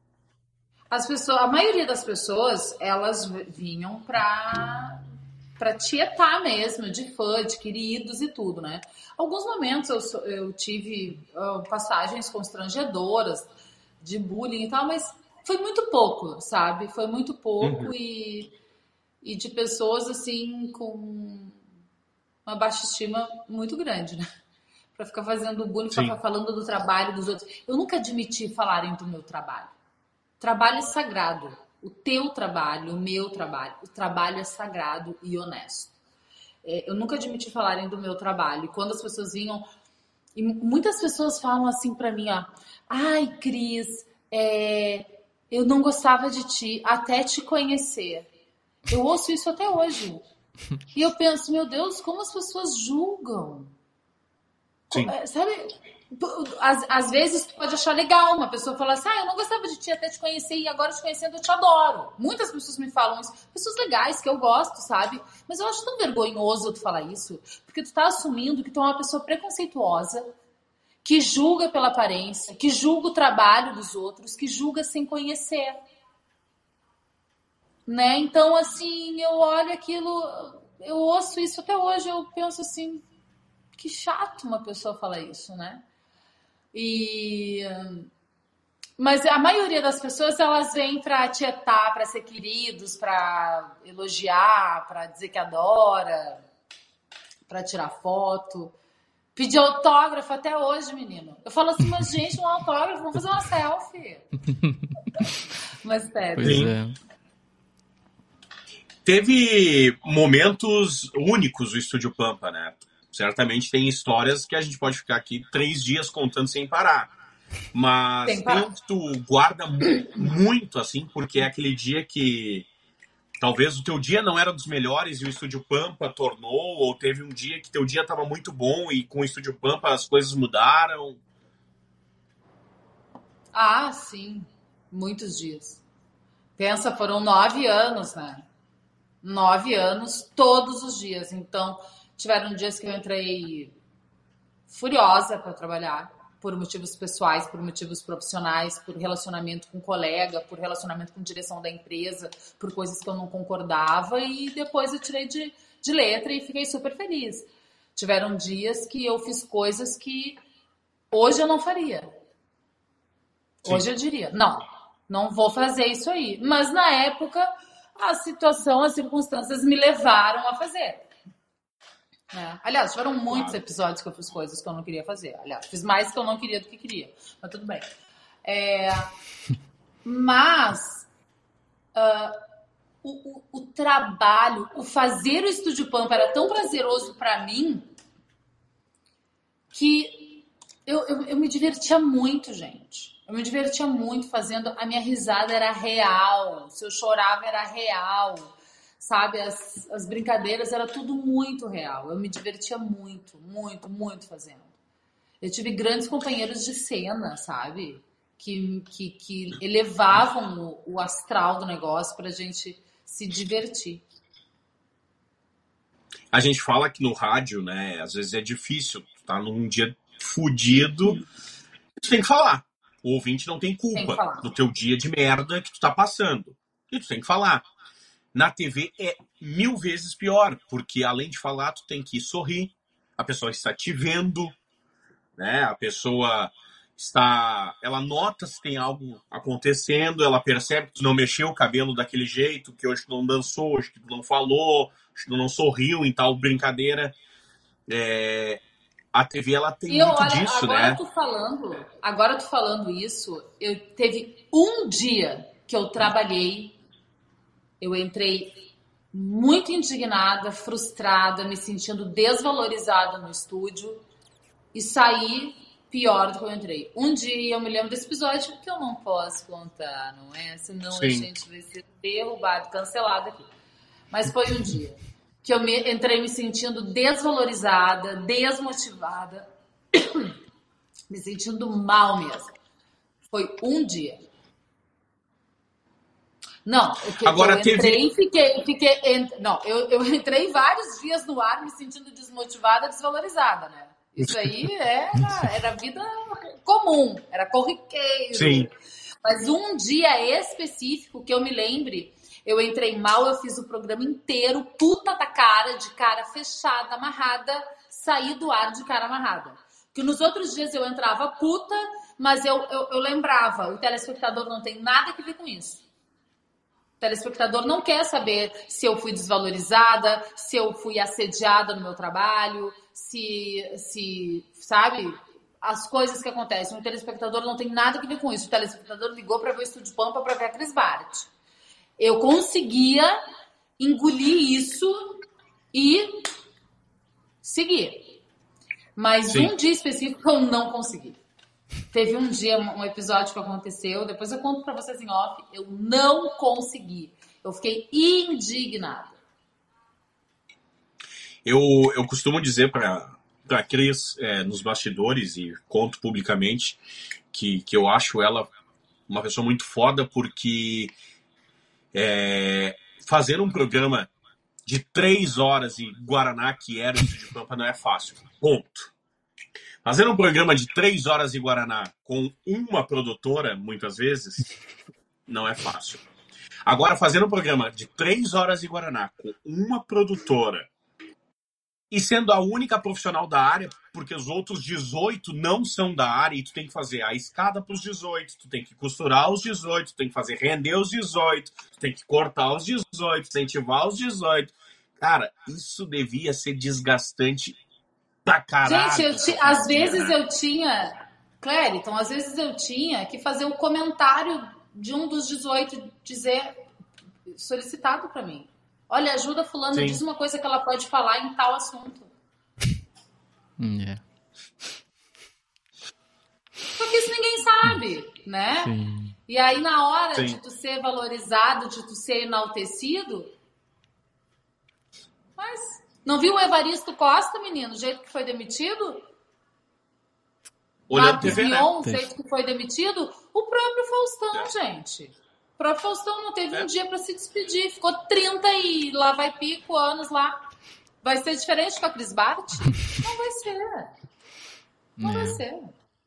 S3: A maioria das pessoas, elas vinham pra tietar mesmo, de fã, de queridos e tudo, né? Alguns momentos eu tive passagens constrangedoras de bullying e tal, mas foi muito pouco, sabe? Foi muito pouco e de pessoas, assim, com uma baixa estima muito grande, né? Pra ficar fazendo bullying, ficar falando do trabalho dos outros. Eu nunca admiti falarem do meu trabalho. Trabalho é sagrado. O teu trabalho, o meu trabalho. O trabalho é sagrado e honesto. Eu nunca admiti falarem do meu trabalho. E quando as pessoas vinham... E muitas pessoas falam assim pra mim, ó. Ai, Cris, eu não gostava de ti até te conhecer. Eu ouço isso até hoje. E eu penso, meu Deus, como as pessoas julgam.
S2: Sim.
S3: Sabe... Às vezes tu pode achar legal uma pessoa falar assim, eu não gostava de ti até te conhecer e agora te conhecendo eu te adoro. Muitas pessoas me falam isso, pessoas legais que eu gosto, sabe? Mas eu acho tão vergonhoso tu falar isso, porque tu tá assumindo que tu é uma pessoa preconceituosa, que julga pela aparência, que julga o trabalho dos outros, que julga sem conhecer. Né? Então, assim, eu olho aquilo, eu ouço isso até hoje, eu penso assim, que chato uma pessoa falar isso, né? Mas a maioria das pessoas, elas vêm para tietar, para ser queridos, para elogiar, para dizer que adora, para tirar foto, pedir autógrafo até hoje, menino. Eu falo assim, mas gente, um autógrafo, vamos fazer uma selfie. Mas sério.
S1: Pois é.
S2: Teve momentos únicos o Estúdio Pampa, né? Certamente tem histórias que a gente pode ficar aqui 3 dias contando sem parar. Mas tem um que tu guarda muito, assim, porque é aquele dia que talvez o teu dia não era dos melhores e o Estúdio Pampa tornou, ou teve um dia que teu dia estava muito bom e com o Estúdio Pampa as coisas mudaram.
S3: Ah, sim. Muitos dias. Pensa, foram 9 anos, né? 9 anos, todos os dias. Então... Tiveram dias que eu entrei furiosa para trabalhar, por motivos pessoais, por motivos profissionais, por relacionamento com colega, por relacionamento com direção da empresa, por coisas que eu não concordava, e depois eu tirei de letra e fiquei super feliz. Tiveram dias que eu fiz coisas que hoje eu não faria. Sim. Hoje eu diria, não vou fazer isso aí. Mas na época, a situação, as circunstâncias me levaram a fazer. Aliás, tiveram muitos episódios que eu fiz coisas que eu não queria fazer. Aliás, fiz mais que eu não queria do que queria. Mas tudo bem. Mas o trabalho, o fazer o Estúdio Pampa era tão prazeroso para mim que eu me divertia muito, gente. Eu me divertia muito fazendo. A minha risada era real. Se eu chorava, era real. Sabe? As brincadeiras, era tudo muito real. Eu me divertia muito, muito, muito fazendo. Eu tive grandes companheiros de cena, sabe? Que elevavam o astral do negócio pra gente se divertir.
S2: A gente fala que no rádio, né? Às vezes é difícil. Tu tá num dia fudido, tu tem que falar. O ouvinte não tem culpa do teu dia de merda que tu tá passando. E tu tem que falar. Na TV é 1000 vezes pior, porque além de falar, tu tem que sorrir. A pessoa está te vendo, né? A pessoa ela nota se tem algo acontecendo, ela percebe que tu não mexeu o cabelo daquele jeito, que hoje tu não dançou, hoje tu não falou, hoje tu não sorriu em tal brincadeira. A TV, ela tem muito disso,
S3: agora
S2: né?
S3: Agora tu falando isso, teve um dia que eu trabalhei, eu entrei muito indignada, frustrada, me sentindo desvalorizada no estúdio e saí pior do que eu entrei. Um dia eu me lembro desse episódio que eu não posso contar, não é? Senão Sim. A gente vai ser derrubado, cancelado aqui. Mas foi um dia que eu entrei me sentindo desvalorizada, desmotivada, me sentindo mal mesmo. Foi um dia. Não,
S2: Agora
S3: eu entrei e fiquei... Não, eu entrei vários dias no ar me sentindo desmotivada, desvalorizada, né? Isso aí era vida comum, era corriqueiro.
S2: Sim.
S3: Mas um dia específico que eu me lembre, eu entrei mal, eu fiz o programa inteiro, puta da cara, de cara fechada, amarrada, saí do ar de cara amarrada. Porque nos outros dias eu entrava puta, mas eu lembrava, o telespectador não tem nada a ver com isso. O telespectador não quer saber se eu fui desvalorizada, se eu fui assediada no meu trabalho, se sabe, as coisas que acontecem. O telespectador não tem nada a ver com isso. O telespectador ligou para ver o Estúdio Pampa para ver a Cris Bart. Eu conseguia engolir isso e seguir. Mas Sim. Um dia específico eu não consegui. Teve um dia, um episódio que aconteceu, depois eu conto pra vocês em off, eu não consegui. Eu fiquei indignada.
S2: Eu costumo dizer pra Cris, nos bastidores, e conto publicamente, que eu acho ela uma pessoa muito foda, porque fazer um programa de 3 horas em Guaraná, que era o Estúdio Pampa, não é fácil. Ponto. Fazer um programa de 3 horas em Guaraná com uma produtora, muitas vezes, não é fácil. Agora, fazer um programa de 3 horas em Guaraná com uma produtora e sendo a única profissional da área, porque os outros 18 não são da área, e tu tem que fazer a escada para os 18, tu tem que costurar os 18, tu tem que fazer render os 18, tu tem que cortar os 18, incentivar os 18. Cara, isso devia ser desgastante pra caralho.
S3: Gente, às vezes eu tinha... Clériton, às vezes eu tinha que fazer um comentário de um dos 18 solicitado pra mim. Olha, ajuda fulano, Sim. Diz uma coisa que ela pode falar em tal assunto. Porque isso ninguém sabe, né?
S1: Sim.
S3: E aí, na hora
S2: Sim.
S3: de tu ser valorizado, de tu ser enaltecido... Mas... Não viu o Evaristo Costa, menino? O jeito que foi demitido?
S2: Marcos
S3: Mion, o jeito que foi demitido? O próprio Faustão, gente. O próprio Faustão não teve um dia pra se despedir. Ficou 30 e lá vai pico anos lá. Vai ser diferente com a Cris Bart? Não vai ser. Não vai ser.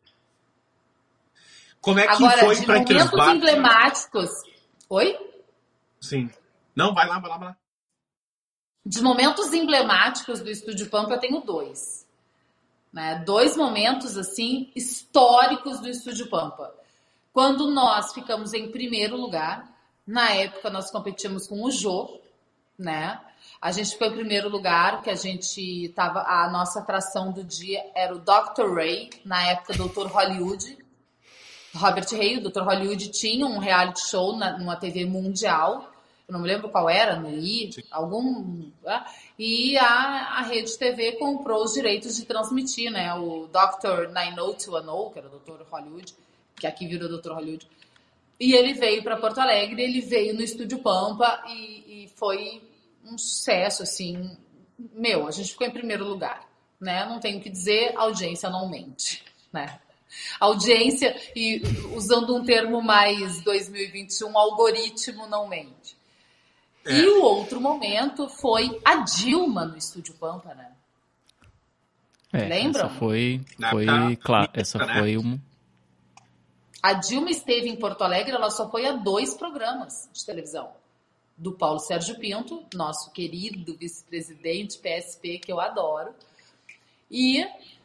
S2: Como é que
S3: Agora,
S2: foi pra Cris Bart?
S3: Momentos emblemáticos... Oi?
S2: Sim. Não, vai lá.
S3: De momentos emblemáticos do Estúdio Pampa, eu tenho 2. Né? 2 momentos, assim, históricos do Estúdio Pampa. Quando nós ficamos em primeiro lugar, na época nós competimos com o Jô, né? A gente ficou em primeiro lugar, que a nossa atração do dia era o Dr. Ray, na época Dr. Hollywood. Robert Rey, o Dr. Hollywood, tinha um reality show numa TV mundial, eu não me lembro qual era, no I, algum... E a Rede TV comprou os direitos de transmitir, né? O Dr. 90210, que era o Dr. Hollywood, que aqui virou Dr. Hollywood. E ele veio para Porto Alegre, ele veio no Estúdio Pampa e foi um sucesso, assim. A gente ficou em primeiro lugar, né? Não tenho o que dizer, a audiência não mente, né? Audiência, e usando um termo mais 2021, algoritmo não mente. E o outro momento foi a Dilma no Estúdio Pampa, né? Lembram?
S1: Essa foi claro, essa foi um...
S3: A Dilma esteve em Porto Alegre, ela só foi a 2 programas de televisão. Do Paulo Sérgio Pinto, nosso querido vice-presidente PSP, que eu adoro, e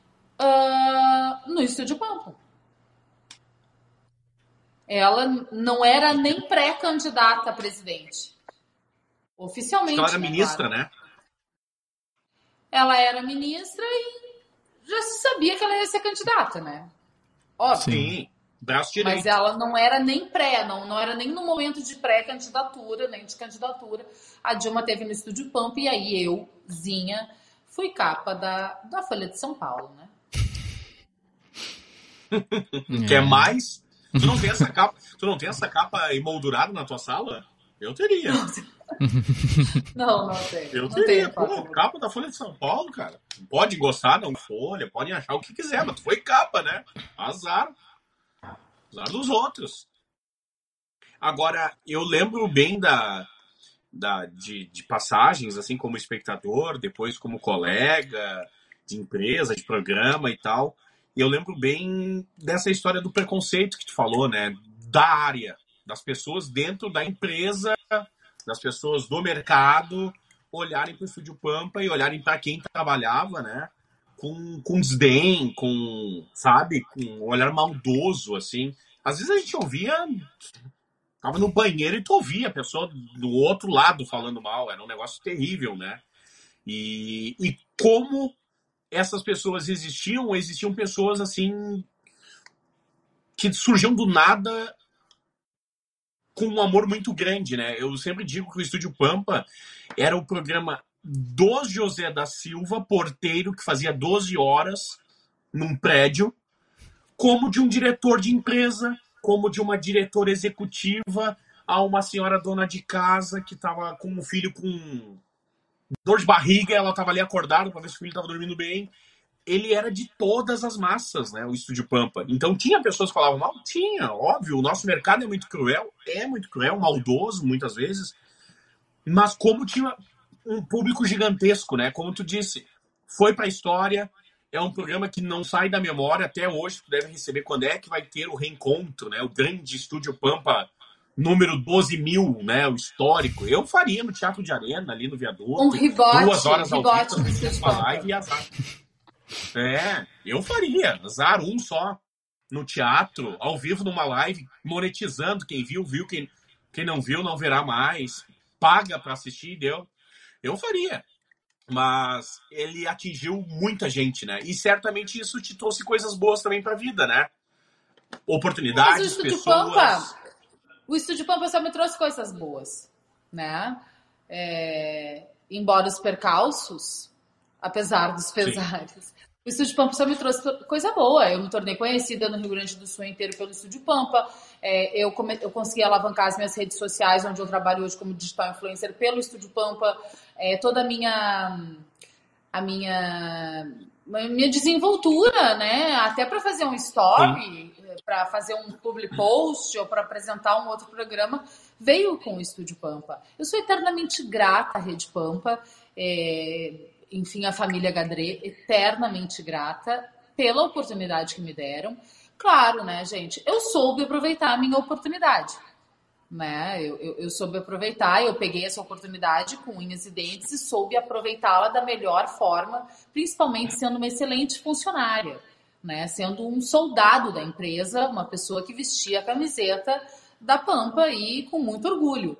S3: no Estúdio Pampa. Ela não era nem pré-candidata a presidente. Oficialmente.
S2: Ela era ministra, né?
S3: Ela era ministra e já se sabia que ela ia ser candidata, né? Óbvio.
S2: Sim, braço direito.
S3: Mas ela não era nem não era nem no momento de pré-candidatura, nem de candidatura. A Dilma teve no Estúdio Pampa e aí eu, Zinha, fui capa da Folha de São Paulo, né?
S2: Quer mais? Tu não tem essa capa emoldurada na tua sala? Eu teria.
S3: Não tem.
S2: Eu teria, capa da Folha de São Paulo, cara. Pode gostar, não Folha, podem achar o que quiser, mas tu foi capa, né? Azar. Azar dos outros. Agora, eu lembro bem de passagens, assim, como espectador, depois como colega de empresa, de programa e tal. E eu lembro bem dessa história do preconceito que tu falou, né? Da área, das pessoas dentro da empresa, das pessoas do mercado, olharem para o Estúdio Pampa e olharem para quem trabalhava, né? Com desdém, sabe? Com um olhar maldoso, assim. Às vezes a gente ouvia... Tava no banheiro e tu ouvia a pessoa do outro lado falando mal. Era um negócio terrível, né? E como essas pessoas existiam pessoas, assim, que surgiam do nada com um amor muito grande, né? Eu sempre digo que o Estúdio Pampa era o programa do José da Silva, porteiro, que fazia 12 horas num prédio, como de um diretor de empresa, como de uma diretora executiva, a uma senhora dona de casa que estava com um filho com dor de barriga, ela estava ali acordada para ver se o filho estava dormindo bem. Ele era de todas as massas, né, o Estúdio Pampa. Então tinha pessoas que falavam mal? Tinha, óbvio. O nosso mercado é muito cruel, maldoso muitas vezes, mas como tinha um público gigantesco, né, como tu disse, foi para a história, é um programa que não sai da memória até hoje, tu deve receber quando é que vai ter o reencontro, né, o grande Estúdio Pampa número 12.000, né, o histórico. Eu faria no Teatro de Arena, ali no Viaduto.
S3: Um rebote,
S2: 2 horas ao vivo, uma live e azar. Eu faria. Azar, um só. No teatro, ao vivo, numa live, monetizando. Quem viu, viu. Quem não viu, não verá mais. Paga pra assistir, deu. Eu faria. Mas ele atingiu muita gente, né? E certamente isso te trouxe coisas boas também pra vida, né? Oportunidades, pessoas...
S3: O Estúdio Pampa só me trouxe coisas boas, né? Embora os percalços, apesar dos pesares, sim, o Estúdio Pampa só me trouxe coisa boa. Eu me tornei conhecida no Rio Grande do Sul inteiro pelo Estúdio Pampa. Eu consegui alavancar as minhas redes sociais, onde eu trabalho hoje como digital influencer, pelo Estúdio Pampa. Toda a minha desenvoltura, né? Até para fazer um story, para fazer um public post ou para apresentar um outro programa, veio com o Estúdio Pampa. Eu sou eternamente grata à Rede Pampa, enfim, à família Gadré, eternamente grata pela oportunidade que me deram. Claro, né, gente? Eu soube aproveitar a minha oportunidade, né? Eu soube aproveitar, eu peguei essa oportunidade com unhas e dentes e soube aproveitá-la da melhor forma, principalmente sendo uma excelente funcionária, né? Sendo um soldado da empresa, uma pessoa que vestia a camiseta da Pampa e com muito orgulho.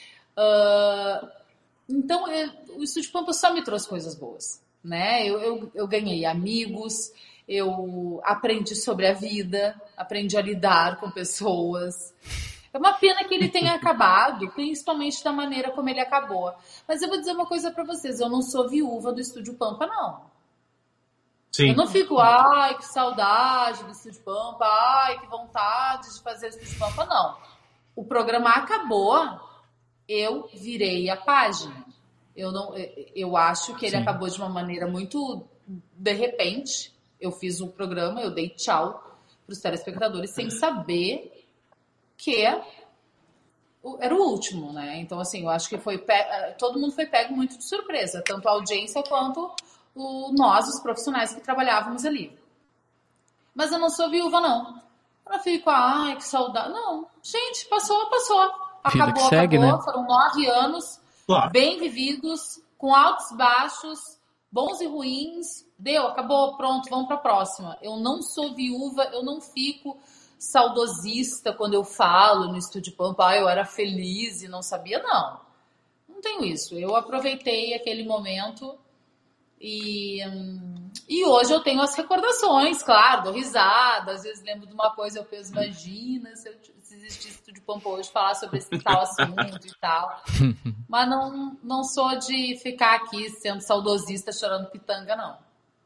S3: Então, o Estúdio Pampa só me trouxe coisas boas, né? Eu ganhei amigos, eu aprendi sobre a vida, aprendi a lidar com pessoas. É uma pena que ele tenha acabado, principalmente da maneira como ele acabou. Mas eu vou dizer uma coisa pra vocês, eu não sou viúva do Estúdio Pampa, não.
S2: Sim.
S3: Eu não fico, ai, que saudade do Estúdio Pampa, ai, que vontade de fazer o Estúdio Pampa, não. O programa acabou, eu virei a página. Eu acho que ele acabou de uma maneira muito de repente. Eu fiz um programa, eu dei tchau para os telespectadores sem saber que era o último, né? Então, assim, eu acho que todo mundo foi pego muito de surpresa, tanto a audiência quanto nós, os profissionais que trabalhávamos ali. Mas eu não sou viúva, não. Eu não fico, ai, que saudade. Não, gente, passou. Acabou,
S1: segue, né?
S3: Foram 9 anos bem vividos, com altos e baixos, bons e ruins. Deu, acabou, pronto, vamos para a próxima. Eu não sou viúva, eu não fico saudosista quando eu falo no Estúdio Pampa, eu era feliz e não sabia, não. Não tenho isso. Eu aproveitei aquele momento e hoje eu tenho as recordações, claro, dou risada, às vezes lembro de uma coisa, eu penso, imagina se existisse Estúdio Pampa hoje falar sobre esse tal assunto e tal. Mas não sou de ficar aqui sendo saudosista, chorando pitanga, não.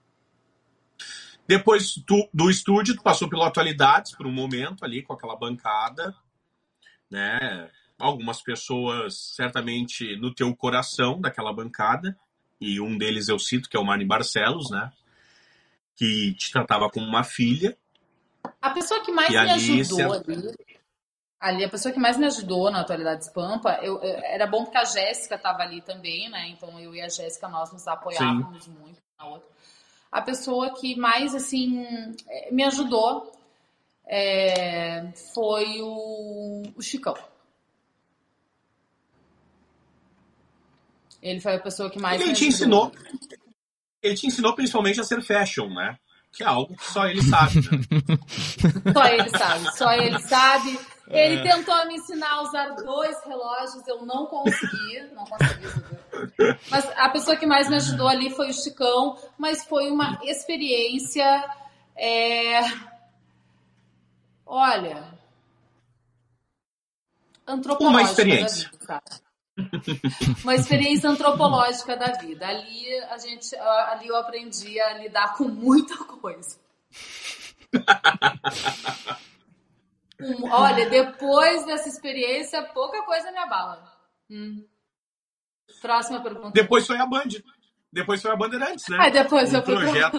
S2: Depois do estúdio, tu passou pela Atualidades por um momento ali com aquela bancada, né? Algumas pessoas certamente no teu coração daquela bancada, e um deles eu cito, que é o Marne Barcelos, né? Que te tratava como uma filha.
S3: A pessoa que mais me ajudou ali, a pessoa que mais me ajudou na Atualidades Pampa, era bom porque a Jéssica estava ali também, né? Então eu e a Jéssica, nós nos apoiávamos muito na outra. A pessoa que mais, assim, me ajudou foi o Chicão. Ele foi a pessoa que mais me ajudou.
S2: Ele te ensinou principalmente a ser fashion, né? Que é algo que só ele sabe, né?
S3: Só ele sabe. Ele tentou me ensinar a usar 2 relógios, eu não consegui saber. Mas a pessoa que mais me ajudou ali foi o Chicão, mas foi uma experiência, olha, antropológica.
S2: Uma experiência.
S3: Da vida, cara. Uma experiência antropológica da vida. Ali eu aprendi a lidar com muita coisa. Olha, depois dessa experiência, pouca coisa me abala. Próxima pergunta.
S2: Depois foi a Band. Depois foi a Bandeirantes, né?
S3: Depois eu fui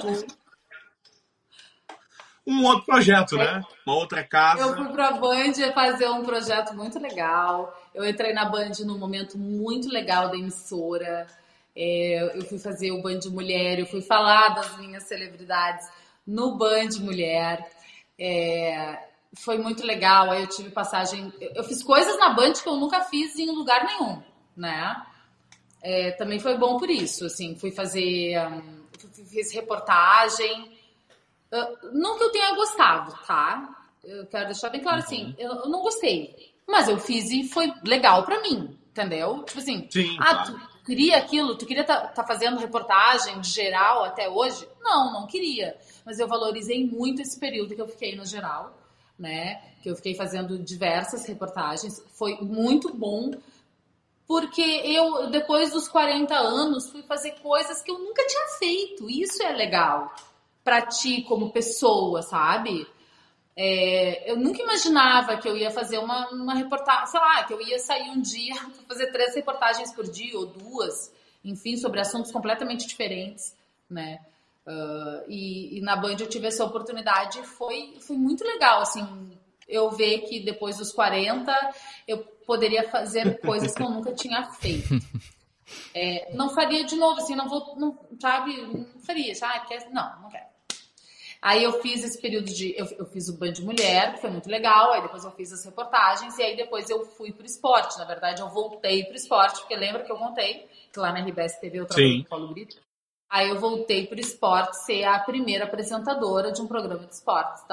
S2: um outro projeto, né? Uma outra casa.
S3: Eu fui pra Band fazer um projeto muito legal. Eu entrei na Band num momento muito legal da emissora. Eu fui fazer o Band Mulher, eu fui falar das minhas celebridades no Band Mulher. Foi muito legal. Aí eu tive passagem... Eu fiz coisas na Band que eu nunca fiz em lugar nenhum, né? Também foi bom por isso, assim. Fui fazer... fiz reportagem. Não que eu tenha gostado, tá? Eu quero deixar bem claro, assim, eu não gostei. Mas eu fiz e foi legal pra mim, entendeu? Tipo assim,
S2: claro.
S3: Tu queria aquilo? Tu queria tá fazendo reportagem de geral até hoje? Não queria. Mas eu valorizei muito esse período que eu fiquei no geral, né? Que eu fiquei fazendo diversas reportagens. Foi muito bom, porque eu, depois dos 40 anos, fui fazer coisas que eu nunca tinha feito. Isso é legal pra ti como pessoa, sabe? Eu nunca imaginava que eu ia fazer uma reportagem, sei lá, que eu ia sair um dia para fazer 3 reportagens por dia ou 2, enfim, sobre assuntos completamente diferentes, né? E na Band eu tive essa oportunidade, foi muito legal, assim, eu ver que depois dos 40 eu poderia fazer coisas que eu nunca tinha feito. Não faria de novo, assim, não faria, não quero. Aí eu fiz esse período eu fiz o Band Mulher, que foi muito legal, aí depois eu fiz as reportagens, e aí depois eu fui pro esporte. Na verdade, eu voltei pro esporte, porque lembra que eu contei que lá na RBS TV eu trabalhei com o Paulo Brito? Aí eu voltei pro esporte ser a primeira apresentadora de um programa de esportes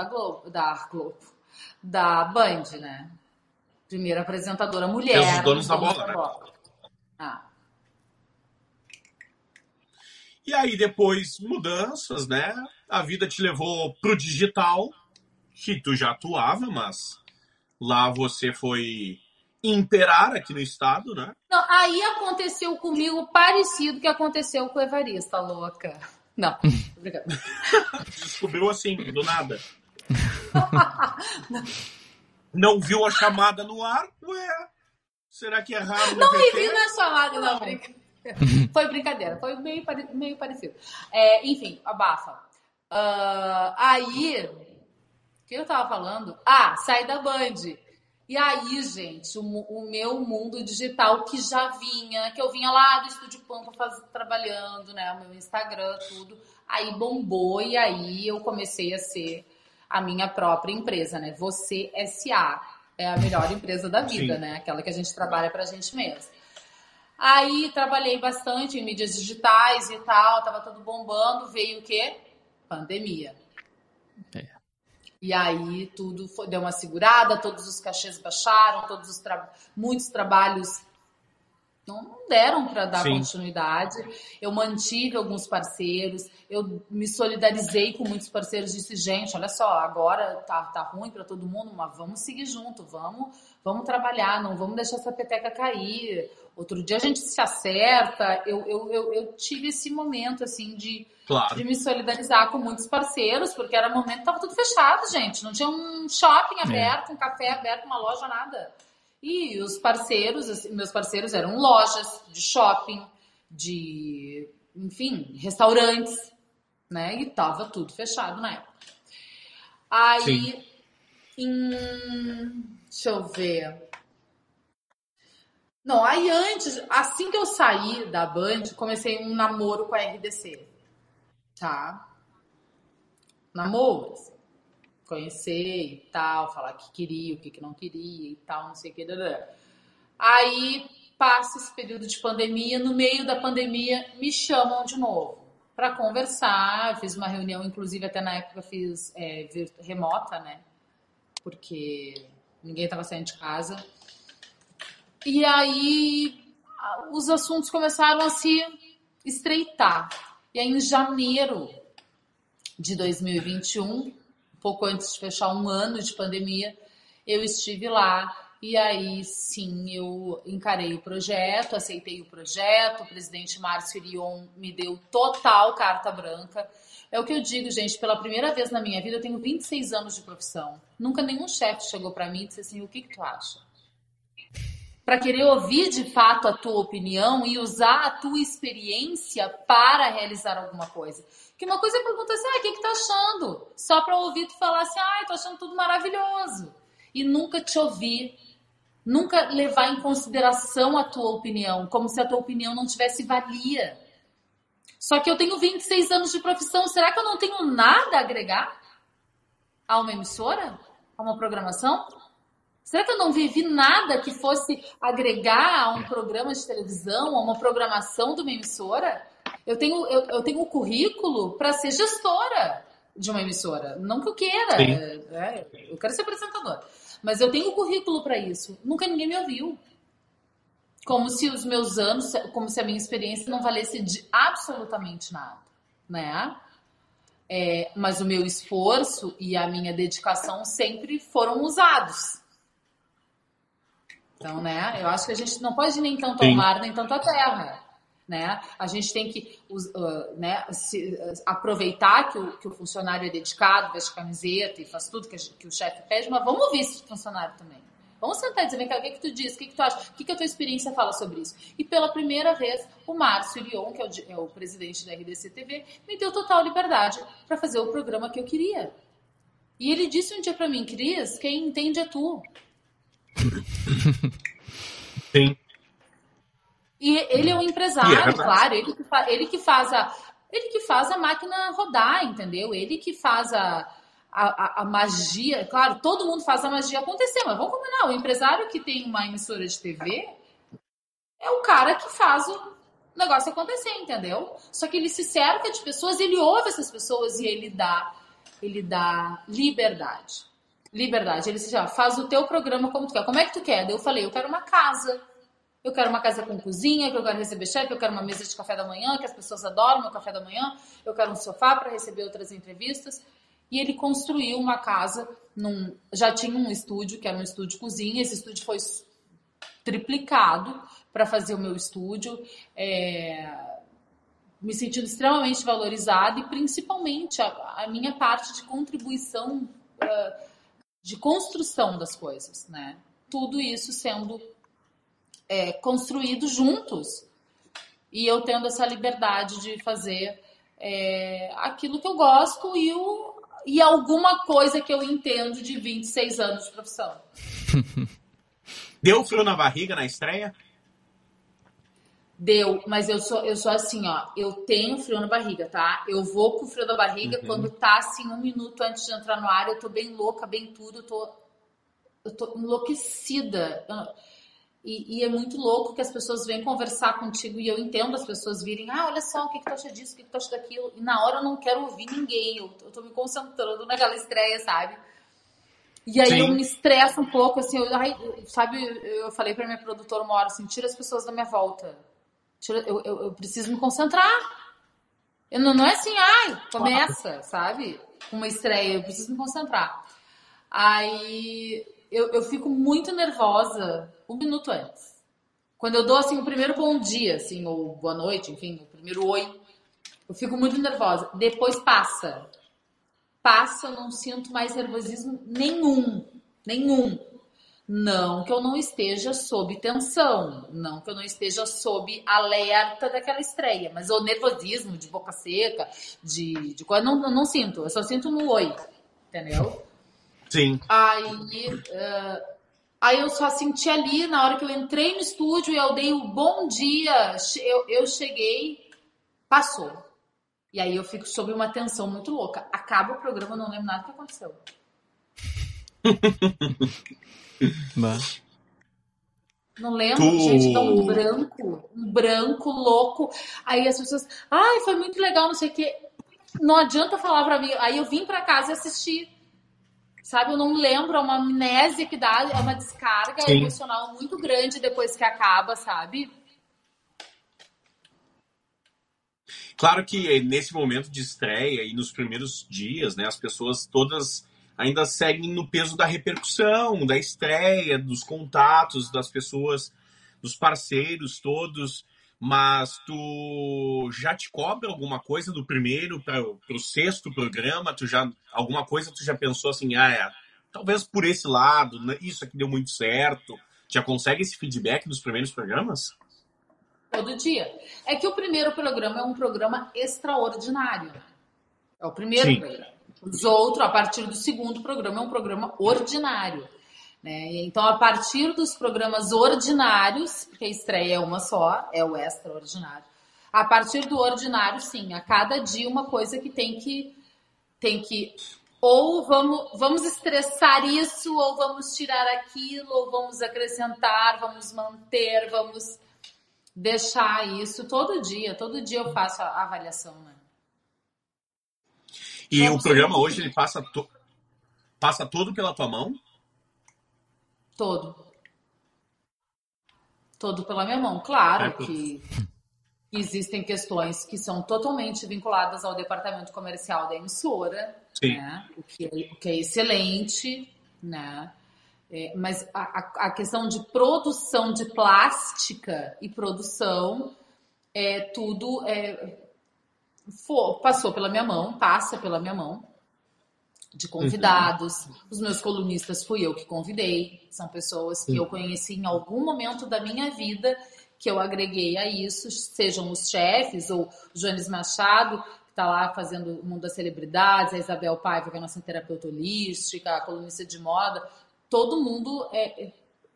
S3: da Band, né? Primeira apresentadora mulher.
S2: Os donos da bola, né? E aí depois mudanças, né? A vida te levou pro digital, que tu já atuava, mas lá você foi imperar aqui no estado, né?
S3: Não, aí aconteceu comigo parecido que aconteceu com o Evarista, louca. Não, obrigada.
S2: Descobriu assim, do nada. Não viu a chamada no ar? Ué, será que é raro?
S3: Não me vi na chamada, não. Foi brincadeira, foi meio parecido. Enfim, abafa. Aí, o que eu tava falando? Sai da Band. E aí, gente, o meu mundo digital que já vinha, que eu vinha lá do Estúdio Pampa trabalhando, né? O meu Instagram, tudo. Aí bombou e aí eu comecei a ser a minha própria empresa, né? Você S.A. é a melhor empresa da vida, sim, né? Aquela que a gente trabalha pra gente mesmo. Aí trabalhei bastante em mídias digitais e tal, tava tudo bombando, veio o quê? Pandemia. E aí tudo deu uma segurada, todos os cachês baixaram, muitos trabalhos não deram para dar, sim, continuidade. Eu mantive alguns parceiros, eu me solidarizei com muitos parceiros, disse, gente, olha só, agora tá ruim para todo mundo, mas vamos seguir junto, vamos trabalhar, não vamos deixar essa peteca cair. Outro dia a gente se acerta. Eu tive esse momento, assim, de me solidarizar com muitos parceiros, porque era momento que estava tudo fechado, gente. Não tinha um shopping aberto, um café aberto, uma loja, nada. E os parceiros, assim, meus parceiros eram lojas de shopping, de, enfim, restaurantes, né? E tava tudo fechado na época. Aí, deixa eu ver... Não, aí antes, assim que eu saí da Band, comecei um namoro com a RDC, tá? Namoro, assim, conhecer e tal, falar o que queria, o que não queria e tal, não sei o que. Aí passa esse período de pandemia, no meio da pandemia me chamam de novo para conversar, fiz uma reunião, inclusive até na época fiz remota, né? Porque ninguém estava saindo de casa. E aí os assuntos começaram a se estreitar. E aí em janeiro de 2021, um pouco antes de fechar um ano de pandemia, eu estive lá e aí sim eu encarei o projeto, aceitei o projeto, o presidente Márcio Irion me deu total carta branca. É o que eu digo, gente, pela primeira vez na minha vida eu tenho 26 anos de profissão. Nunca nenhum chefe chegou para mim e disse assim, o que tu acha? Para querer ouvir de fato a tua opinião e usar a tua experiência para realizar alguma coisa. Que uma coisa é perguntar assim, o que tu tá achando? Só para ouvir tu falar assim, tô achando tudo maravilhoso. E nunca te ouvir, nunca levar em consideração a tua opinião, como se a tua opinião não tivesse valia. Só que eu tenho 26 anos de profissão, será que eu não tenho nada a agregar a uma emissora? A uma programação? Será que eu não vivi nada que fosse agregar a um programa de televisão, a uma programação de uma emissora? Eu tenho o currículo para ser gestora de uma emissora. Não que eu queira, eu quero ser apresentadora. Mas eu tenho o currículo para isso. Nunca ninguém me ouviu. Como se os meus anos, como se a minha experiência não valesse de absolutamente nada, né? Mas o meu esforço e a minha dedicação sempre foram usados. Então, né, eu acho que a gente não pode nem tanto ao mar, nem tanto à terra, né? A gente tem que aproveitar que o funcionário é dedicado, veste camiseta e faz tudo que o chefe pede, mas vamos ouvir esse funcionário também. Vamos sentar e dizer, vem cá, o que tu diz, o que tu acha, o que a tua experiência fala sobre isso? E pela primeira vez, o Márcio Irion, que é o presidente da RDC TV, me deu total liberdade para fazer o programa que eu queria. E ele disse um dia para mim, Cris, quem entende é tu.
S2: Sim.
S3: E ele é um empresário, claro, ele que faz a máquina rodar, entendeu? Ele que faz a magia, claro, todo mundo faz a magia acontecer, mas vamos combinar, o empresário que tem uma emissora de TV é o cara que faz o negócio acontecer, entendeu? Só que ele se cerca de pessoas, ele ouve essas pessoas e ele dá liberdade. Liberdade, ele disse, faz o teu programa como tu quer. Como é que tu quer? Daí eu falei, eu quero uma casa. Eu quero uma casa com cozinha, que eu quero receber chefe, eu quero uma mesa de café da manhã, que as pessoas adoram meu café da manhã, eu quero um sofá para receber outras entrevistas. E ele construiu uma casa, já tinha um estúdio, que era um estúdio cozinha, esse estúdio foi triplicado para fazer o meu estúdio, me sentindo extremamente valorizada e principalmente a minha parte de contribuição, de construção das coisas, né? Tudo isso sendo construído juntos e eu tendo essa liberdade de fazer aquilo que eu gosto e alguma coisa que eu entendo de 26 anos de profissão.
S2: Deu frio na barriga na estreia?
S3: Deu, mas eu sou assim, ó, eu tenho frio na barriga, tá? Eu vou com frio na barriga quando tá assim 1 minuto antes de entrar no ar, eu tô bem louca, bem tudo, eu tô enlouquecida. E é muito louco que as pessoas vêm conversar contigo e eu entendo as pessoas virem, olha só, o que tu acha disso, o que tu acha daquilo? E na hora eu não quero ouvir ninguém, eu tô me concentrando naquela estreia, sabe? E aí eu me estresso um pouco, assim, eu falei pra minha produtora uma hora assim, tira as pessoas da minha volta. Eu preciso me concentrar. Não é assim, começa, sabe? Uma estreia, eu preciso me concentrar. Aí eu fico muito nervosa 1 minuto antes. Quando eu dou assim o primeiro bom dia, assim, ou boa noite, enfim, o primeiro oi, eu fico muito nervosa. Depois passa, eu não sinto mais nervosismo nenhum. Não que eu não esteja sob tensão, não que eu não esteja sob alerta daquela estreia, mas o nervosismo de boca seca, de coisa, não sinto, eu só sinto no oi, entendeu?
S2: Sim.
S3: Aí eu só senti ali, na hora que eu entrei no estúdio e eu dei o bom dia, eu cheguei, passou. E aí eu fico sob uma tensão muito louca. Acaba o programa, eu não lembro nada do que aconteceu. Não lembro, gente, dá um branco louco. Aí as pessoas, foi muito legal, não sei o quê. Não adianta falar pra mim. Aí eu vim pra casa e assisti. Sabe, eu não lembro, é uma amnésia que dá, é uma descarga emocional muito grande depois que acaba, sabe?
S2: Claro que nesse momento de estreia e nos primeiros dias, né, as pessoas todas ainda seguem no peso da repercussão, da estreia, dos contatos das pessoas, dos parceiros todos, mas tu já te cobra alguma coisa do primeiro para o 6º programa? Alguma coisa tu já pensou assim, talvez por esse lado, isso aqui deu muito certo? Já consegue esse feedback dos primeiros programas?
S3: Todo dia. É que o primeiro programa é um programa extraordinário. É o primeiro programa. Os outros, a partir do 2º programa, é um programa ordinário. Né? Então, a partir dos programas ordinários, porque a estreia é uma só, é o extraordinário. A partir do ordinário, sim, a cada dia uma coisa que tem que ou vamos estressar isso, ou vamos tirar aquilo, ou vamos acrescentar, vamos manter, vamos deixar isso. Todo dia eu faço a avaliação, né?
S2: E o programa hoje, ele passa todo pela tua mão?
S3: Todo pela minha mão. Claro que existem questões que são totalmente vinculadas ao departamento comercial da emissora, né? O que é excelente, né? Mas a questão de produção de plástica e produção, tudo passou pela minha mão, passa pela minha mão, de convidados. Os meus colunistas fui eu que convidei, são pessoas que eu conheci em algum momento da minha vida, que eu agreguei a isso, sejam os chefes, ou o Jones Machado, que está lá fazendo o Mundo das Celebridades, a Isabel Paiva, que é a nossa terapeuta holística, a colunista de moda, todo mundo é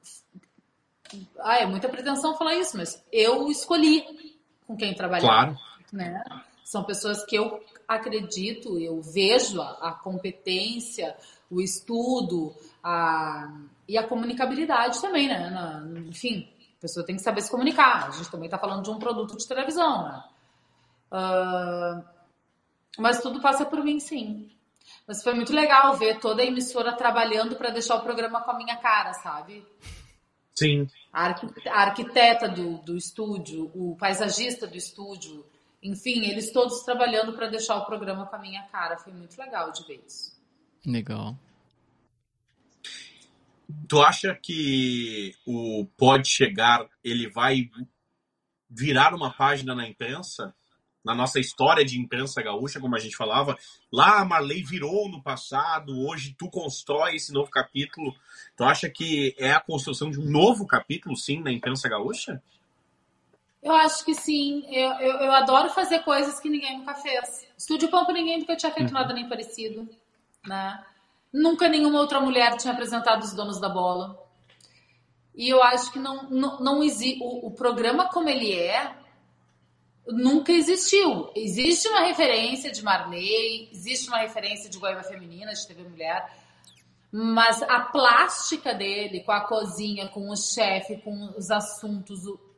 S3: muita pretensão falar isso, mas eu escolhi com quem trabalhar.
S2: Claro.
S3: Né? São pessoas que eu acredito, eu vejo a competência, o estudo e a comunicabilidade também, né? Enfim, a pessoa tem que saber se comunicar. A gente também está falando de um produto de televisão, né? Mas tudo passa por mim, sim. Mas foi muito legal ver toda a emissora trabalhando para deixar o programa com a minha cara, sabe?
S2: Sim.
S3: A arquiteta do estúdio, o paisagista do estúdio, enfim, eles todos trabalhando para deixar o programa com a minha cara. Foi muito legal de ver isso.
S1: Legal.
S2: Tu acha que o Pode Chegar, ele vai virar uma página na imprensa? Na nossa história de imprensa gaúcha, como a gente falava, lá a Marley virou no passado, hoje tu constrói esse novo capítulo. Tu acha que é a construção de um novo capítulo, sim, na imprensa gaúcha?
S3: Eu acho que sim. Eu adoro fazer coisas que ninguém nunca fez. Estúdio Pampa ninguém nunca tinha feito nada nem parecido, né? Nunca nenhuma outra mulher tinha apresentado Os Donos da Bola. E eu acho que não existe... O programa como ele é nunca existiu. Existe uma referência de Marley, existe uma referência de Guaíba Feminina, de TV Mulher, mas a plástica dele, com a cozinha, com o chefe, com os assuntos,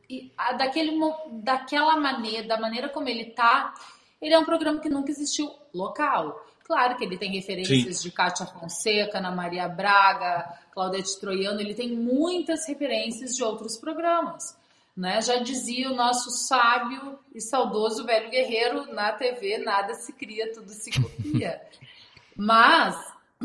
S3: daquela maneira, da maneira como ele tá, ele é um programa que nunca existiu local. Claro que ele tem referências de Kátia Fonseca, Ana Maria Braga, Claudete Troiano, ele tem muitas referências de outros programas. Né? Já dizia o nosso sábio e saudoso velho guerreiro, na TV nada se cria, tudo se copia. Mas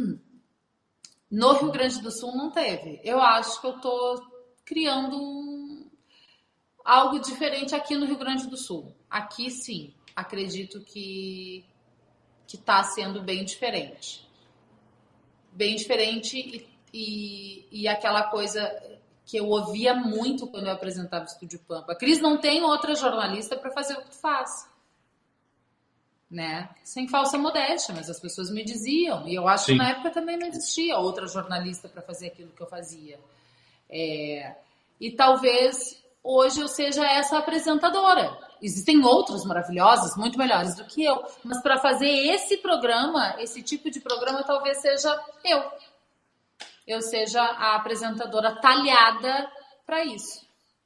S3: no Rio Grande do Sul não teve. Eu acho que eu estou criando algo diferente aqui no Rio Grande do Sul. Aqui sim, acredito que está sendo bem diferente. Bem diferente e aquela coisa que eu ouvia muito quando eu apresentava o Estúdio Pampa. Cris, não tem outra jornalista para fazer o que tu faz. Né? Sem falsa modéstia, mas as pessoas me diziam. E eu acho que na época também não existia outra jornalista para fazer aquilo que eu fazia. E talvez hoje eu seja essa apresentadora. Existem outros maravilhosos, muito melhores do que eu. Mas para fazer esse programa, esse tipo de programa, talvez seja eu seja a apresentadora talhada para isso.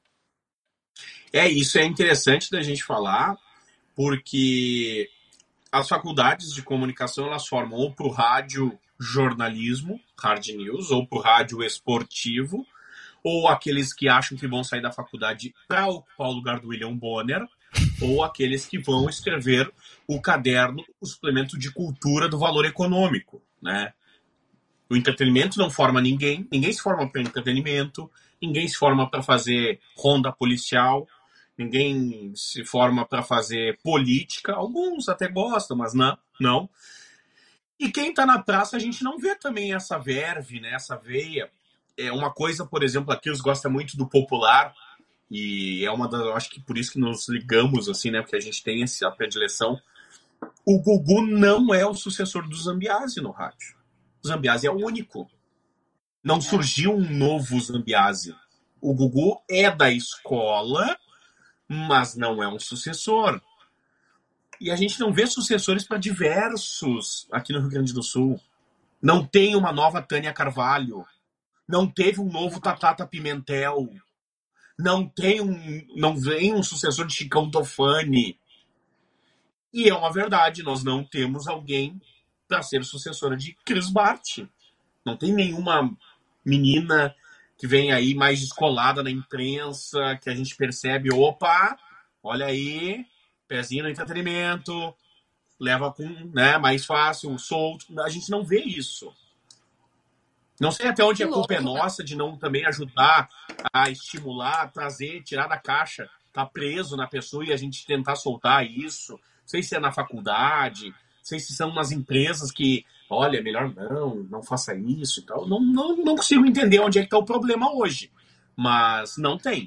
S2: Isso é interessante da gente falar, porque as faculdades de comunicação, elas formam ou para o rádio jornalismo, hard news, ou para o rádio esportivo, ou aqueles que acham que vão sair da faculdade para ocupar o lugar do William Bonner, ou aqueles que vão escrever o caderno, o suplemento de cultura do valor econômico, né? O entretenimento não forma ninguém se forma para entretenimento, ninguém se forma para fazer ronda policial, ninguém se forma para fazer política, alguns até gostam, mas não. E quem está na praça, a gente não vê também essa verve, né, essa veia. É uma coisa, por exemplo, aqui eles gostam muito do popular, e é uma das, eu acho que por isso que nos ligamos, assim, né, porque a gente tem essa predileção. O Gugu não é o sucessor do Zambiase no rádio. O Zambiase é o único. Não surgiu um novo Zambiase. O Gugu é da escola, mas não é um sucessor. E a gente não vê sucessores para diversos aqui no Rio Grande do Sul. Não tem uma nova Tânia Carvalho. Não teve um novo Tatata Pimentel. Não vem um sucessor de Chicão Tofani. E é uma verdade, nós não temos alguém para ser sucessora de Cris Bart. Não tem nenhuma menina que vem aí mais descolada na imprensa, que a gente percebe, opa, olha aí, pezinho no entretenimento, leva com, né, mais fácil, solto. A gente não vê isso. Não sei até onde a culpa é nossa de não também ajudar a estimular, trazer, tirar da caixa, tá preso na pessoa e a gente tentar soltar isso. Não sei se é na faculdade, não sei se são nas empresas que, olha, melhor não faça isso e tal. Não consigo entender onde é que está o problema hoje, mas não tem.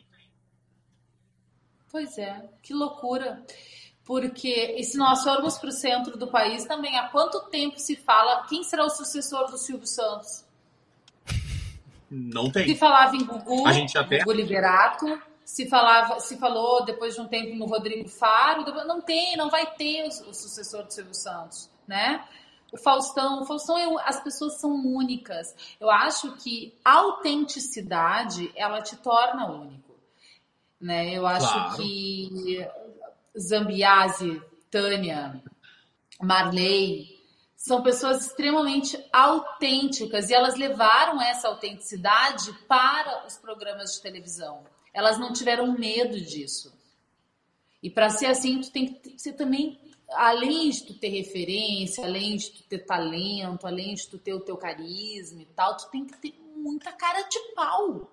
S3: Pois é, que loucura. Porque, e se nós formos para o centro do país também, há quanto tempo se fala quem será o sucessor do Silvio Santos?
S2: Não tem.
S3: Se falava em Gugu,
S2: a gente até...
S3: Gugu Liberato, se falou depois de um tempo no Rodrigo Faro, não vai ter o sucessor do Silvio Santos, né? O Faustão, as pessoas são únicas. Eu acho que a autenticidade, ela te torna único, né? Eu acho que Zambiase, Tânia, Marley, são pessoas extremamente autênticas e elas levaram essa autenticidade para os programas de televisão. Elas não tiveram medo disso. E para ser assim, tu tem que ser também, além de tu ter referência, além de tu ter talento, além de tu ter o teu carisma e tal, tu tem que ter muita cara de pau.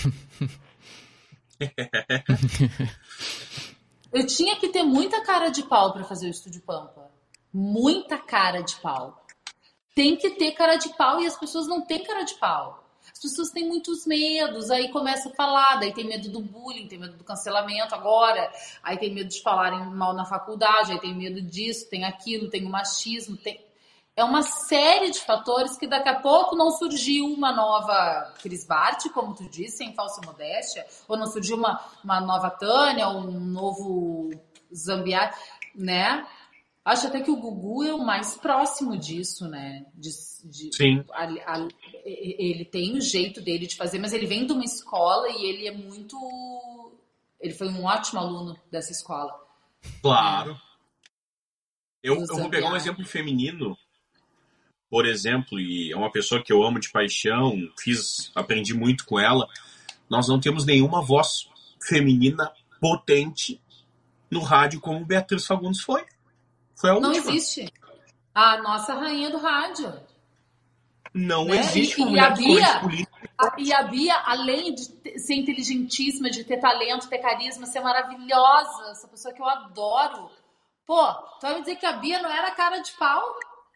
S3: Eu tinha que ter muita cara de pau para fazer o Estúdio Pampa. Muita cara de pau. Tem que ter cara de pau e as pessoas não têm cara de pau. As pessoas têm muitos medos, aí começa a falar, daí tem medo do bullying, tem medo do cancelamento agora, aí tem medo de falarem mal na faculdade, aí tem medo disso, tem aquilo, tem o machismo, tem... É uma série de fatores que daqui a pouco não surgiu uma nova Cris Bart, como tu disse, sem falsa modéstia, ou não surgiu uma nova Tânia, ou um novo Zambiá, né? Acho até que o Gugu é o mais próximo disso, né?
S2: Sim.
S3: Ele tem o jeito dele de fazer, mas ele vem de uma escola e ele é muito... Ele foi um ótimo aluno dessa escola.
S2: Claro. Eu vou pegar um exemplo feminino, por exemplo, e é uma pessoa que eu amo de paixão, aprendi muito com ela. Nós não temos nenhuma voz feminina potente no rádio como Beatriz Fagundes foi. Foi a última.
S3: Não existe. A nossa rainha do rádio.
S2: Não existe uma
S3: mulher de política. E a Bia, além de ser inteligentíssima, de ter talento, ter carisma, ser maravilhosa, essa pessoa que eu adoro. Pô, tu vai me dizer que a Bia não era cara de pau?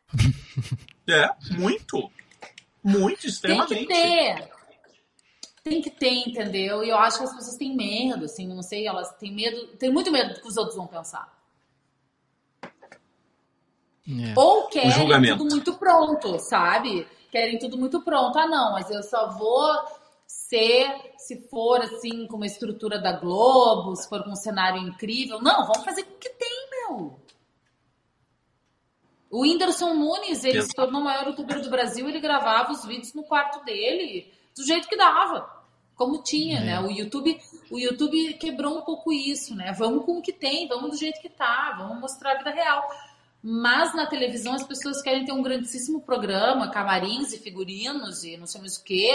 S2: Muito. Muito, extremamente.
S3: Tem que ter, entendeu? E eu acho que as pessoas têm medo, assim, não sei, elas têm medo, tem muito medo do que os outros vão pensar. Ou querem tudo muito pronto, sabe? Querem tudo muito pronto. Ah, não, mas eu só vou ser, se for assim, com uma estrutura da Globo, se for com um cenário incrível. Não, vamos fazer o que tem, meu. O Whindersson Nunes, ele se tornou o maior youtuber do Brasil, ele gravava os vídeos no quarto dele, do jeito que dava. Como tinha, né? O YouTube quebrou um pouco isso, né? Vamos com o que tem, vamos do jeito que tá, vamos mostrar a vida real. Mas na televisão as pessoas querem ter um grandíssimo programa, camarins e figurinos e não sei mais o que,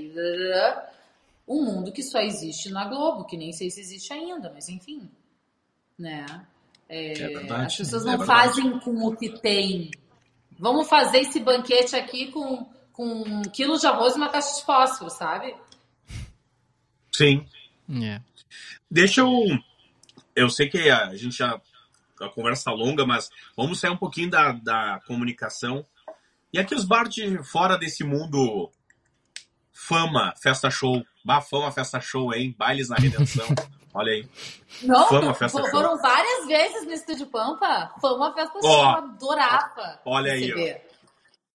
S3: um mundo que só existe na Globo, que nem sei se existe ainda, mas enfim, né?
S2: Verdade,
S3: as pessoas não fazem com o que tem. Vamos fazer esse banquete aqui com 1 quilo de arroz e uma caixa de fósforo, sabe?
S2: Sim. Deixa eu sei que a gente já... A conversa longa, mas vamos sair um pouquinho da comunicação. E aqui os Bart fora desse mundo fama, festa show. Fama, festa show, hein? Bailes na Redenção. Olha aí.
S3: Não,
S2: fama, festa show.
S3: Foram várias vezes no Estúdio Pampa. Fama, festa show. Adorava.
S2: Olha receber. Aí, ó.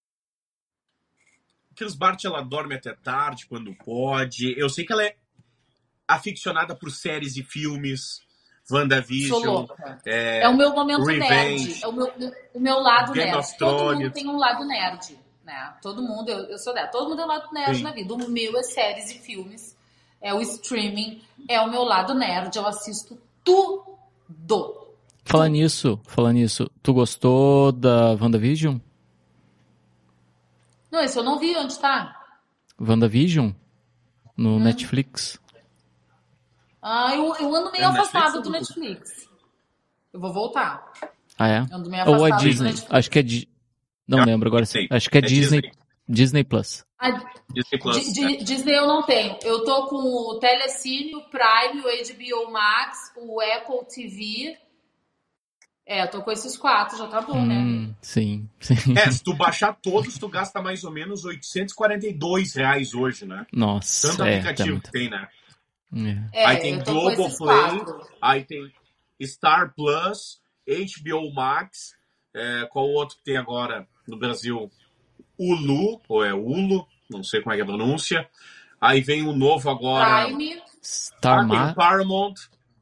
S2: Cris Bart, ela dorme até tarde, quando pode. Eu sei que ela é aficionada por séries e filmes. WandaVision,
S3: é o meu momento
S2: Revenge,
S3: nerd, é o meu lado
S2: Game
S3: nerd. Todo mundo tem um lado nerd, né? Todo mundo, eu sou dela. Todo mundo tem um lado nerd na vida. O meu é séries e filmes, é o streaming, é o meu lado nerd. Eu assisto tudo.
S1: Falando nisso, tu gostou da WandaVision?
S3: Não, esse eu não vi. Onde tá?
S1: WandaVision? No Netflix.
S3: Eu ando meio afastado do Netflix. Eu vou voltar.
S1: Ah, é?
S3: Ando meio afastado.
S1: Ou a Disney. Acho que é... Não lembro agora. Acho que é Disney Plus.
S2: Disney Plus.
S3: Disney eu não tenho. Eu tô com o Telecine, o Prime, o HBO Max, o Apple TV. Eu tô com esses 4, já tá bom, né?
S1: Sim.
S2: Se tu baixar todos, tu gasta mais ou menos R$842 hoje, né?
S1: Nossa.
S2: Tanto aplicativo que tem, né?
S3: Aí
S2: tem Globoplay, aí tem Star Plus, HBO Max, qual o outro que tem agora no Brasil? Hulu, ou é Hulu, não sei como é que é a pronúncia. Aí vem o novo agora...
S3: Prime.
S1: Tem
S2: Paramount.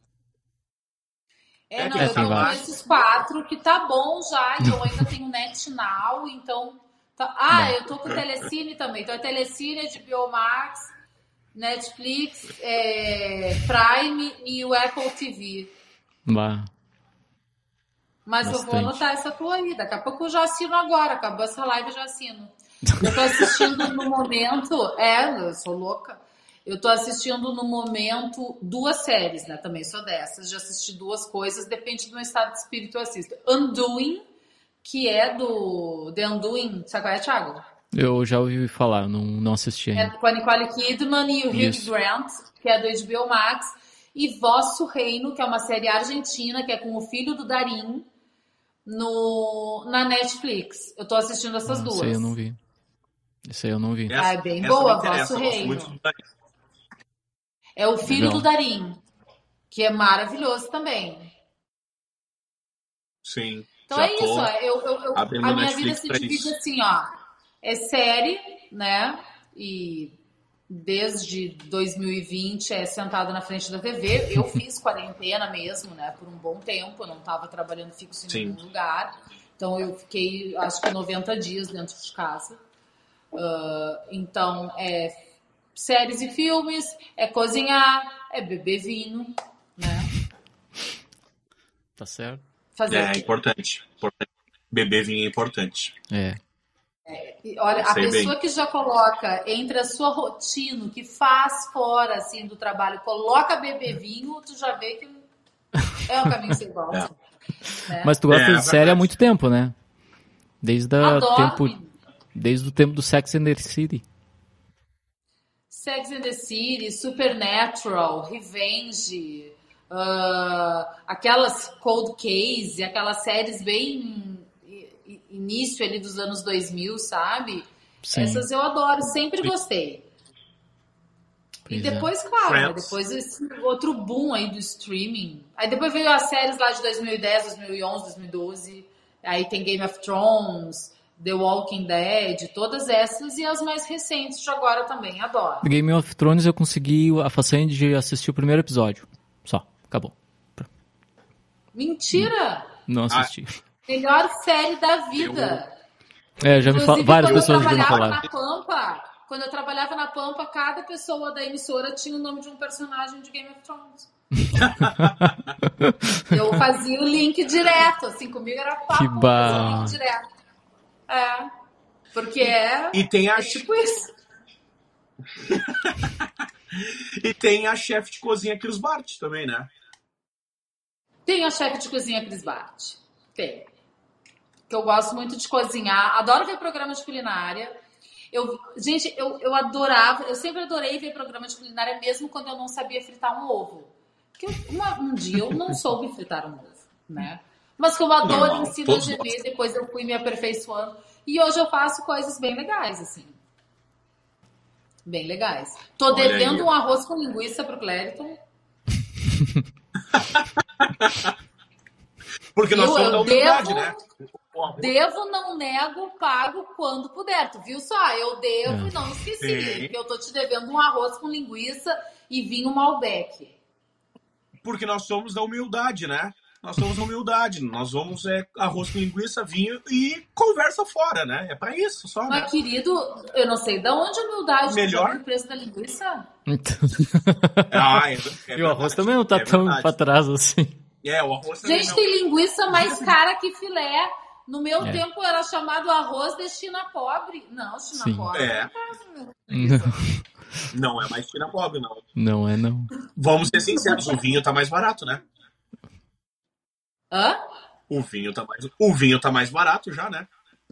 S3: Eu tô com esses 4, que tá bom já, e eu ainda tenho NetNow, então... eu tô com o Telecine também, então é Telecine, HBO Max... Netflix, Prime e o Apple TV. Mas eu vou anotar essa tua aí. Daqui a pouco eu já assino agora. Acabou essa live, eu já assino. Eu tô assistindo no momento... eu sou louca. Eu tô assistindo no momento 2 séries, né? Também sou dessas. Já assisti 2 coisas. Depende do meu estado de espírito, eu assisto. Undoing, que é do... The Undoing. Sabe qual é, Thiago?
S1: Eu já ouvi falar, não assisti ainda.
S3: É com a Nicole Kidman e o Hugh Grant, que é do HBO Max. E Vosso Reino, que é uma série argentina, que é com o filho do Darín, na Netflix. Eu tô assistindo essas 2.
S1: Esse aí eu não vi.
S3: É bem boa, Vosso Reino. É o filho do Darín, que é maravilhoso também.
S2: Sim.
S3: Então é isso, a minha Netflix vida se divide assim, ó. É série, né? E desde 2020 é sentado na frente da TV. Eu fiz quarentena mesmo, né? Por um bom tempo, eu não estava trabalhando fixo em nenhum lugar. Então eu fiquei, acho que 90 dias dentro de casa. Então é séries e filmes, é cozinhar, é beber vinho, né?
S1: Tá certo.
S2: É importante. Beber vinho é importante.
S3: Olha, a pessoa que já coloca entre a sua rotina, que faz fora assim do trabalho, coloca beber vinho, tu já vê que é um caminho sem volta. Né?
S1: Mas tu gosta de série há muito tempo, né? Desde o tempo do Sex and the City.
S3: Sex and the City, Supernatural, Revenge, aquelas Cold Case, aquelas séries bem início ali dos anos 2000, sabe? Sim. Essas eu adoro, sempre gostei. E depois, claro, né? Depois esse outro boom aí do streaming. Aí depois veio as séries lá de 2010, 2011, 2012. Aí tem Game of Thrones, The Walking Dead, todas essas e as mais recentes de agora também, adoro.
S1: Game of Thrones eu consegui a façanha de assistir o primeiro episódio. Só, acabou.
S3: Mentira!
S1: Não assisti.
S3: Melhor série da vida.
S1: Várias pessoas já me falaram.
S3: Quando eu trabalhava na Pampa, cada pessoa da emissora tinha o nome de um personagem de Game of Thrones. Eu fazia o link direto, assim, comigo era papo.
S1: Que bar...
S3: link direto. Porque é tipo isso.
S2: E tem a chefe de cozinha Cris Bart também, né?
S3: Tem a chefe de cozinha Cris Bart. Tem. Que eu gosto muito de cozinhar. Adoro ver programas de culinária. Gente, eu adorava, eu sempre adorei ver programa de culinária, mesmo quando eu não sabia fritar um ovo. Porque um dia eu não soube fritar um ovo, né? Mas como a Dora ensina a GV, depois eu fui me aperfeiçoando. E hoje eu faço coisas bem legais, assim. Bem legais. Tô devendo um arroz com linguiça pro Clériton.
S2: Porque nós somos da humildade, né?
S3: Devo, não nego, pago quando puder. Tu viu só? Eu devo e não esqueci. Que eu tô te devendo um arroz com linguiça e vinho Malbec.
S2: Porque nós somos da humildade, né? Nós somos da humildade. Nós vamos arroz com linguiça, vinho e conversa fora, né? É pra isso só, né?
S3: Mas, querido, eu não sei de onde a humildade
S2: melhor
S3: o preço da linguiça.
S1: E o arroz também não tá tão pra trás assim.
S2: O arroz também
S3: Gente, tem linguiça mais cara que filé. No meu tempo era chamado arroz de China pobre. Não, China pobre.
S2: Não é mais China pobre, não.
S1: Não é, não.
S2: Vamos ser sinceros, o vinho tá mais barato, né?
S3: Hã?
S2: O vinho tá mais barato já, né?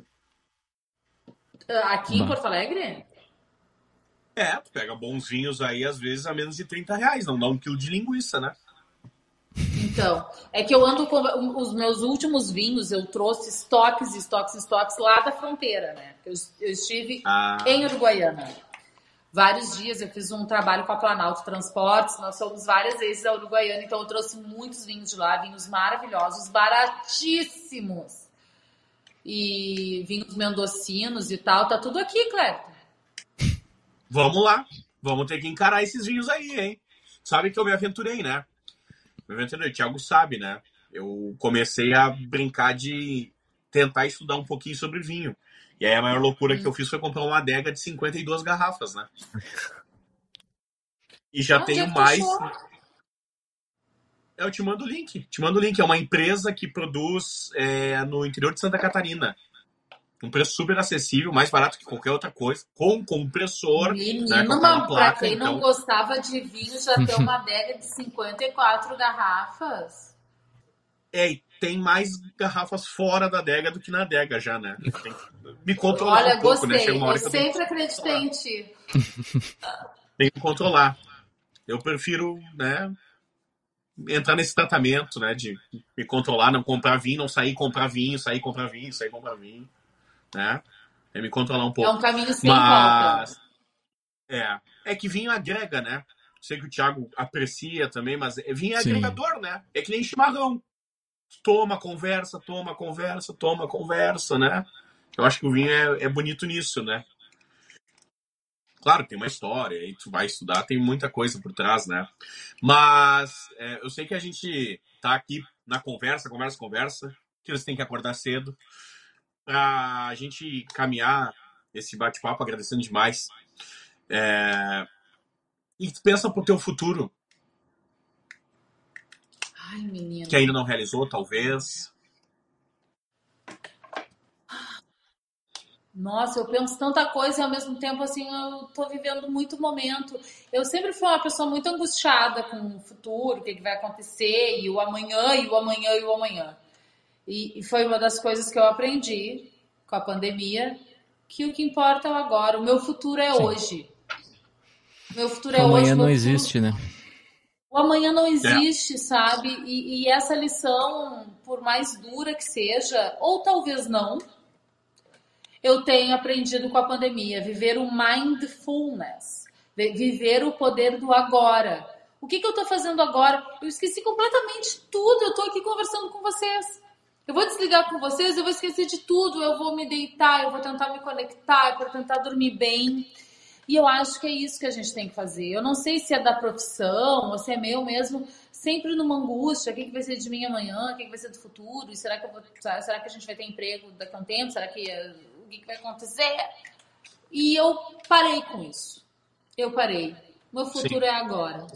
S3: Aqui em Porto Alegre?
S2: Tu pega bons vinhos aí, às vezes, a menos de R$30. Não dá 1 quilo de linguiça, né?
S3: Então, é que eu ando com os meus últimos vinhos, eu trouxe estoques lá da fronteira, né? Eu estive em Uruguaiana. Vários dias eu fiz um trabalho com a Planalto Transportes, nós fomos várias vezes a Uruguaiana, então eu trouxe muitos vinhos de lá, vinhos maravilhosos, baratíssimos. E vinhos mendocinos e tal, tá tudo aqui, Clériton.
S2: Vamos lá, vamos ter que encarar esses vinhos aí, hein? Sabe que eu me aventurei, né? O Thiago sabe, né? Eu comecei a brincar de tentar estudar um pouquinho sobre vinho. E aí a maior loucura que eu fiz foi comprar uma adega de 52 garrafas, né? E já tenho mais... Eu te mando o link. É uma empresa que produz no interior de Santa Catarina. Um preço super acessível, mais barato que qualquer outra coisa, com compressor.
S3: Menino,
S2: né,
S3: pra quem não gostava de vinho, já tem uma adega de 54 garrafas.
S2: E tem mais garrafas fora da adega do que na adega já, né? Tem que me controlar um pouco,
S3: gostei.
S2: né? Chega uma hora
S3: eu sempre acreditei em ti.
S2: Tem que controlar. Eu prefiro, né, entrar nesse tratamento, né, de me controlar, não comprar vinho, não sair comprar vinho, sair comprar vinho, né? É me controlar um pouco.
S3: É um caminho sem volta.
S2: É que vinho agrega, né? Sei que o Thiago aprecia também, mas vinho é agregador, né? É que nem chimarrão. Toma, conversa, né? Eu acho que o vinho é bonito nisso, né? Claro, tem uma história, e tu vai estudar, tem muita coisa por trás, né? Mas eu sei que a gente tá aqui na conversa, que eles têm que acordar cedo, pra gente caminhar esse bate-papo, agradecendo demais. E tu pensa pro teu futuro.
S3: Ai, menino.
S2: Que ainda não realizou, talvez.
S3: Nossa, eu penso tanta coisa e ao mesmo tempo, assim, eu tô vivendo muito momento. Eu sempre fui uma pessoa muito angustiada com o futuro, o que vai acontecer, e o amanhã, e o amanhã, e o amanhã. E foi uma das coisas que eu aprendi com a pandemia, que o que importa é o agora. O meu futuro é hoje. Meu futuro é hoje.
S1: Amanhã não existe, né?
S3: O amanhã não existe, sabe? E essa lição, por mais dura que seja, ou talvez não, eu tenho aprendido com a pandemia, viver o mindfulness, viver o poder do agora. O que eu tô fazendo agora? Eu esqueci completamente tudo, eu tô aqui conversando com vocês. Eu vou desligar com vocês, eu vou esquecer de tudo, eu vou me deitar, eu vou tentar me conectar, para tentar dormir bem. E eu acho que é isso que a gente tem que fazer. Eu não sei se é da profissão ou se é meu mesmo, sempre numa angústia, o que vai ser de mim amanhã, o que vai ser do futuro, e será que a gente vai ter emprego daqui a um tempo, será que o que vai acontecer? E eu parei com isso. Eu parei. Meu futuro é agora.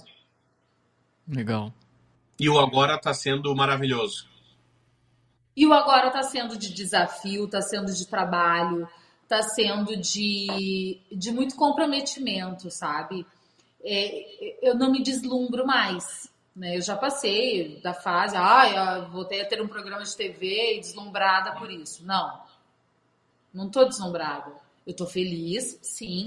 S1: Legal.
S2: E o agora está sendo maravilhoso.
S3: E o agora está sendo de desafio, está sendo de trabalho, está sendo de muito comprometimento, sabe? Eu não me deslumbro mais, né? Eu já passei da fase, voltei a ter um programa de TV e deslumbrada por isso. Não estou deslumbrada. Eu estou feliz, sim.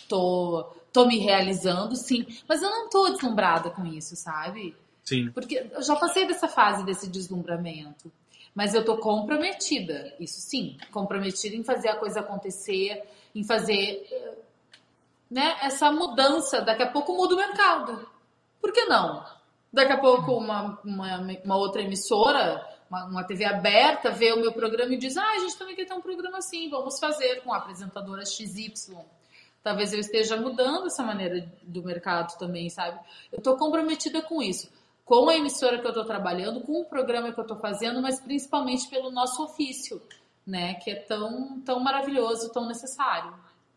S3: Tô me realizando, sim. Mas eu não estou deslumbrada com isso, sabe?
S2: Sim.
S3: Porque eu já passei dessa fase desse deslumbramento. Mas eu tô comprometida, isso sim, comprometida em fazer a coisa acontecer, em fazer, né, essa mudança. Daqui a pouco muda o mercado. Por que não? Daqui a pouco uma outra emissora, uma TV aberta, vê o meu programa e diz, a gente também quer ter um programa assim, vamos fazer com a apresentadora XY. Talvez eu esteja mudando essa maneira do mercado também, sabe? Eu tô comprometida com isso. Com a emissora que eu estou trabalhando, com o programa que eu estou fazendo, mas principalmente pelo nosso ofício, né? Que é tão maravilhoso, tão necessário.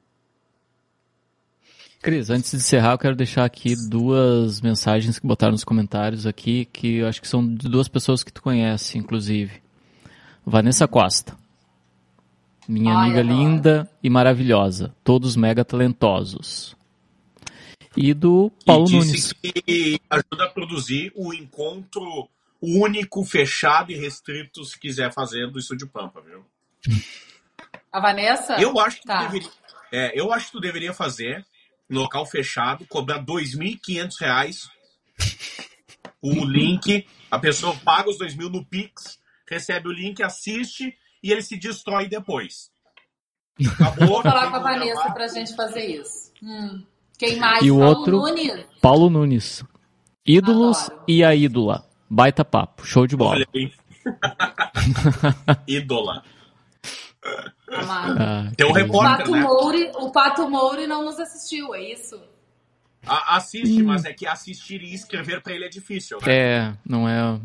S1: Cris, antes de encerrar, eu quero deixar aqui 2 mensagens que botaram nos comentários aqui, que eu acho que são de 2 pessoas que tu conhece, inclusive. Vanessa Costa. Minha amiga linda e maravilhosa. Todos mega talentosos. E do Paulo Nunes.
S2: Que ajuda a produzir o encontro único, fechado e restrito, se quiser fazer, do Estúdio Pampa, viu?
S3: A Vanessa?
S2: Eu acho que tu deveria fazer no local fechado, cobrar R$2.500 o link, a pessoa paga os 2.000 no Pix, recebe o link, assiste e ele se destrói depois. Acabou.
S3: Vou falar com a Vanessa pra gente fazer isso. Quem mais?
S1: E o
S3: Paulo
S1: outro,
S3: Nunes.
S1: Paulo Nunes. Ídolos. Adoro. E a ídola. Baita papo. Show de bola.
S2: Olha aí. Ídola. Tem um repórter, né?
S3: O Pato Mouri não nos assistiu, é isso?
S2: Assiste, mas é que assistir e escrever pra ele é difícil, né?
S1: Não é...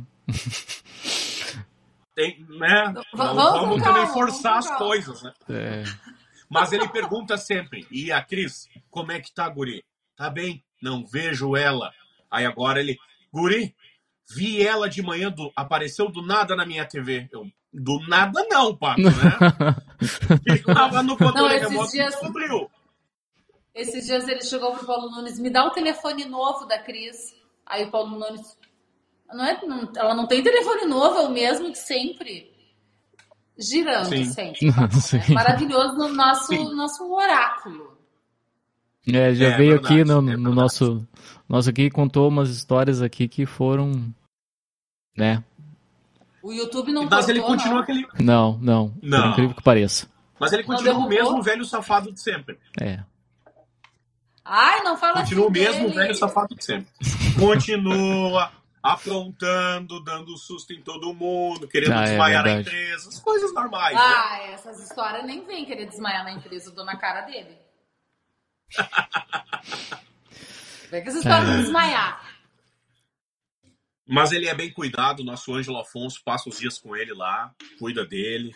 S2: Tem, né? Vamos também forçar as coisas, né? Mas ele pergunta sempre, e a Cris, como é que tá, guri? Tá bem? Não vejo ela. Aí agora ele, guri, Vi ela de manhã, apareceu do nada na minha TV. Eu, do nada não, Pato, né? Ficava no controle remoto e descobriu.
S3: Esses dias ele chegou pro Paulo Nunes, me dá o telefone novo da Cris. Aí o Paulo Nunes, ela não tem telefone novo, é o mesmo de sempre. Girando sempre. Né? Maravilhoso no nosso oráculo.
S1: Já veio verdade, aqui no nosso aqui e contou umas histórias aqui que foram, né?
S3: O YouTube não
S2: Mas
S3: cortou,
S2: ele continua
S3: não.
S2: aquele...
S1: Não. Por incrível que pareça.
S2: Mas ele continua o mesmo velho safado de sempre.
S3: Ai, não fala
S2: continua
S3: assim
S2: o mesmo
S3: dele.
S2: velho safado de sempre. Continua aprontando, dando susto em todo mundo, querendo desmaiar na empresa. As coisas normais, né?
S3: Essas histórias nem vem querer desmaiar na empresa, eu dou na cara dele. Vem que essa história de desmaiar.
S2: Mas ele é bem cuidado, nosso Ângelo Afonso passa os dias com ele lá, cuida dele.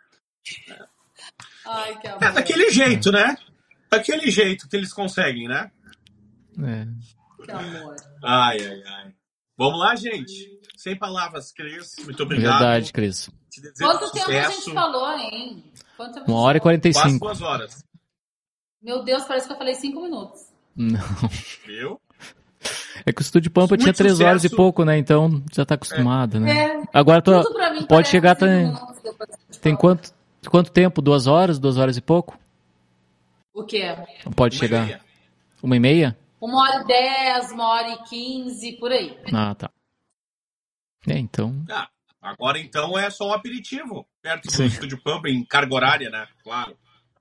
S3: Ai, que amor.
S2: Daquele jeito, né? Daquele jeito que eles conseguem, né?
S3: Que amor.
S2: Ai. Vamos lá, gente. Sem palavras, Cris. Muito obrigado.
S1: Verdade, Cris.
S3: Quanto tempo a gente falou, hein?
S1: 1h45.
S2: Quase 2 horas.
S3: Meu Deus, parece que eu falei 5 minutos.
S1: Não.
S2: Viu?
S1: É que o Estúdio Pampa tinha 3 horas e pouco, né? Então já tá acostumado, né? Agora pode chegar... Tem quanto tempo? 2 horas? 2 horas e pouco?
S3: O quê?
S1: Pode chegar. 1h30?
S3: 1h10, 1h15, por aí.
S1: Ah, tá. Então...
S2: agora então é só um aperitivo. Perto do Estúdio Pampa, em carga horária, né? Claro.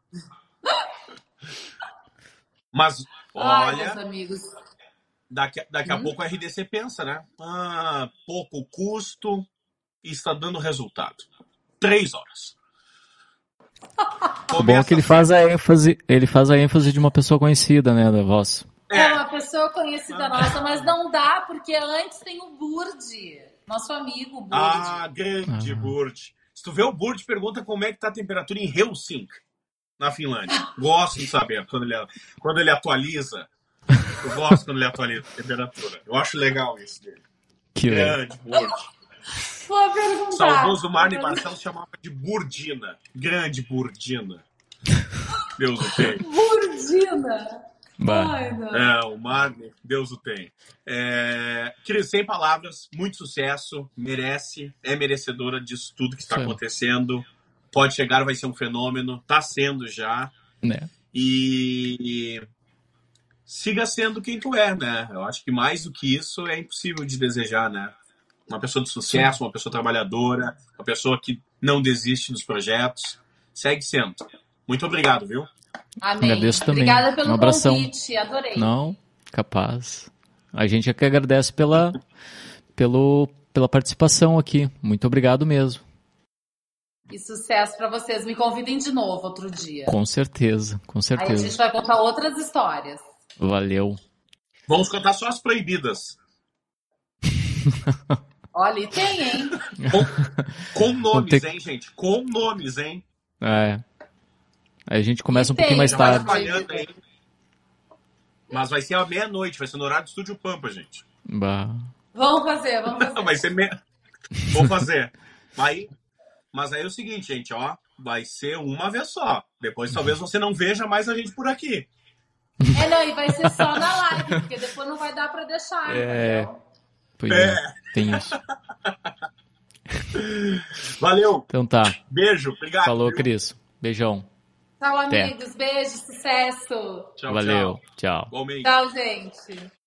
S2: Mas, olha...
S3: meus amigos.
S2: Daqui a pouco a RDC pensa, né? Pouco custo e está dando resultado. 3 horas.
S1: O bom é que ele faz a ênfase de uma pessoa conhecida, né, da voz.
S3: É uma pessoa conhecida nossa, mas não dá, porque antes tem o Burdi, nosso amigo Burdi.
S2: Grande Burdi. Se tu vê o Burdi, pergunta como é que tá a temperatura em Helsinki, na Finlândia. Gosto de saber quando ele atualiza. Eu gosto quando ele atualiza a temperatura. Eu acho legal isso dele.
S1: Que
S2: grande Burdi.
S3: Vou perguntar.
S2: Saudoso Marne Barcelos chamava de Burdina. Grande Burdina. Deus o tem.
S3: Burdina. Ai, não.
S2: O Marne, Deus o tem. Cris, sem palavras, muito sucesso. É merecedora disso tudo que está acontecendo. Pode chegar, vai ser um fenômeno. Está sendo já. E siga sendo quem tu é, né? Eu acho que mais do que isso é impossível de desejar, né? Uma pessoa de sucesso, uma pessoa trabalhadora, uma pessoa que não desiste dos projetos. Segue sendo. Muito obrigado, viu?
S3: Amém.
S1: Agradeço também.
S3: Obrigada pelo
S1: abração.
S3: Convite, adorei.
S1: Não, capaz. A gente é que agradece pela participação aqui. Muito obrigado mesmo.
S3: E sucesso para vocês. Me convidem de novo outro dia.
S1: Com certeza.
S3: Aí a gente vai contar outras histórias.
S1: Valeu.
S2: Vamos contar só as proibidas.
S3: Olha, e tem, hein?
S2: Com nomes, hein, gente? Com nomes, hein?
S1: Aí a gente começa um pouquinho mais tarde.
S2: Mas vai ser à meia-noite, vai ser no horário do Estúdio Pampa, gente.
S3: Vamos fazer.
S2: Vai ser Vamos fazer. Mas aí é o seguinte, gente, ó. Vai ser uma vez só. Depois talvez você não veja mais a gente por aqui.
S3: E vai ser só na live, porque depois não vai dar pra deixar.
S1: Pois é, tem isso.
S2: Valeu.
S1: Então tá.
S2: Beijo, obrigado.
S1: Falou, Cris. Beijão.
S3: Tchau, amigos. Beijo, sucesso.
S2: Tchau,
S1: valeu, tchau.
S3: Tchau, gente.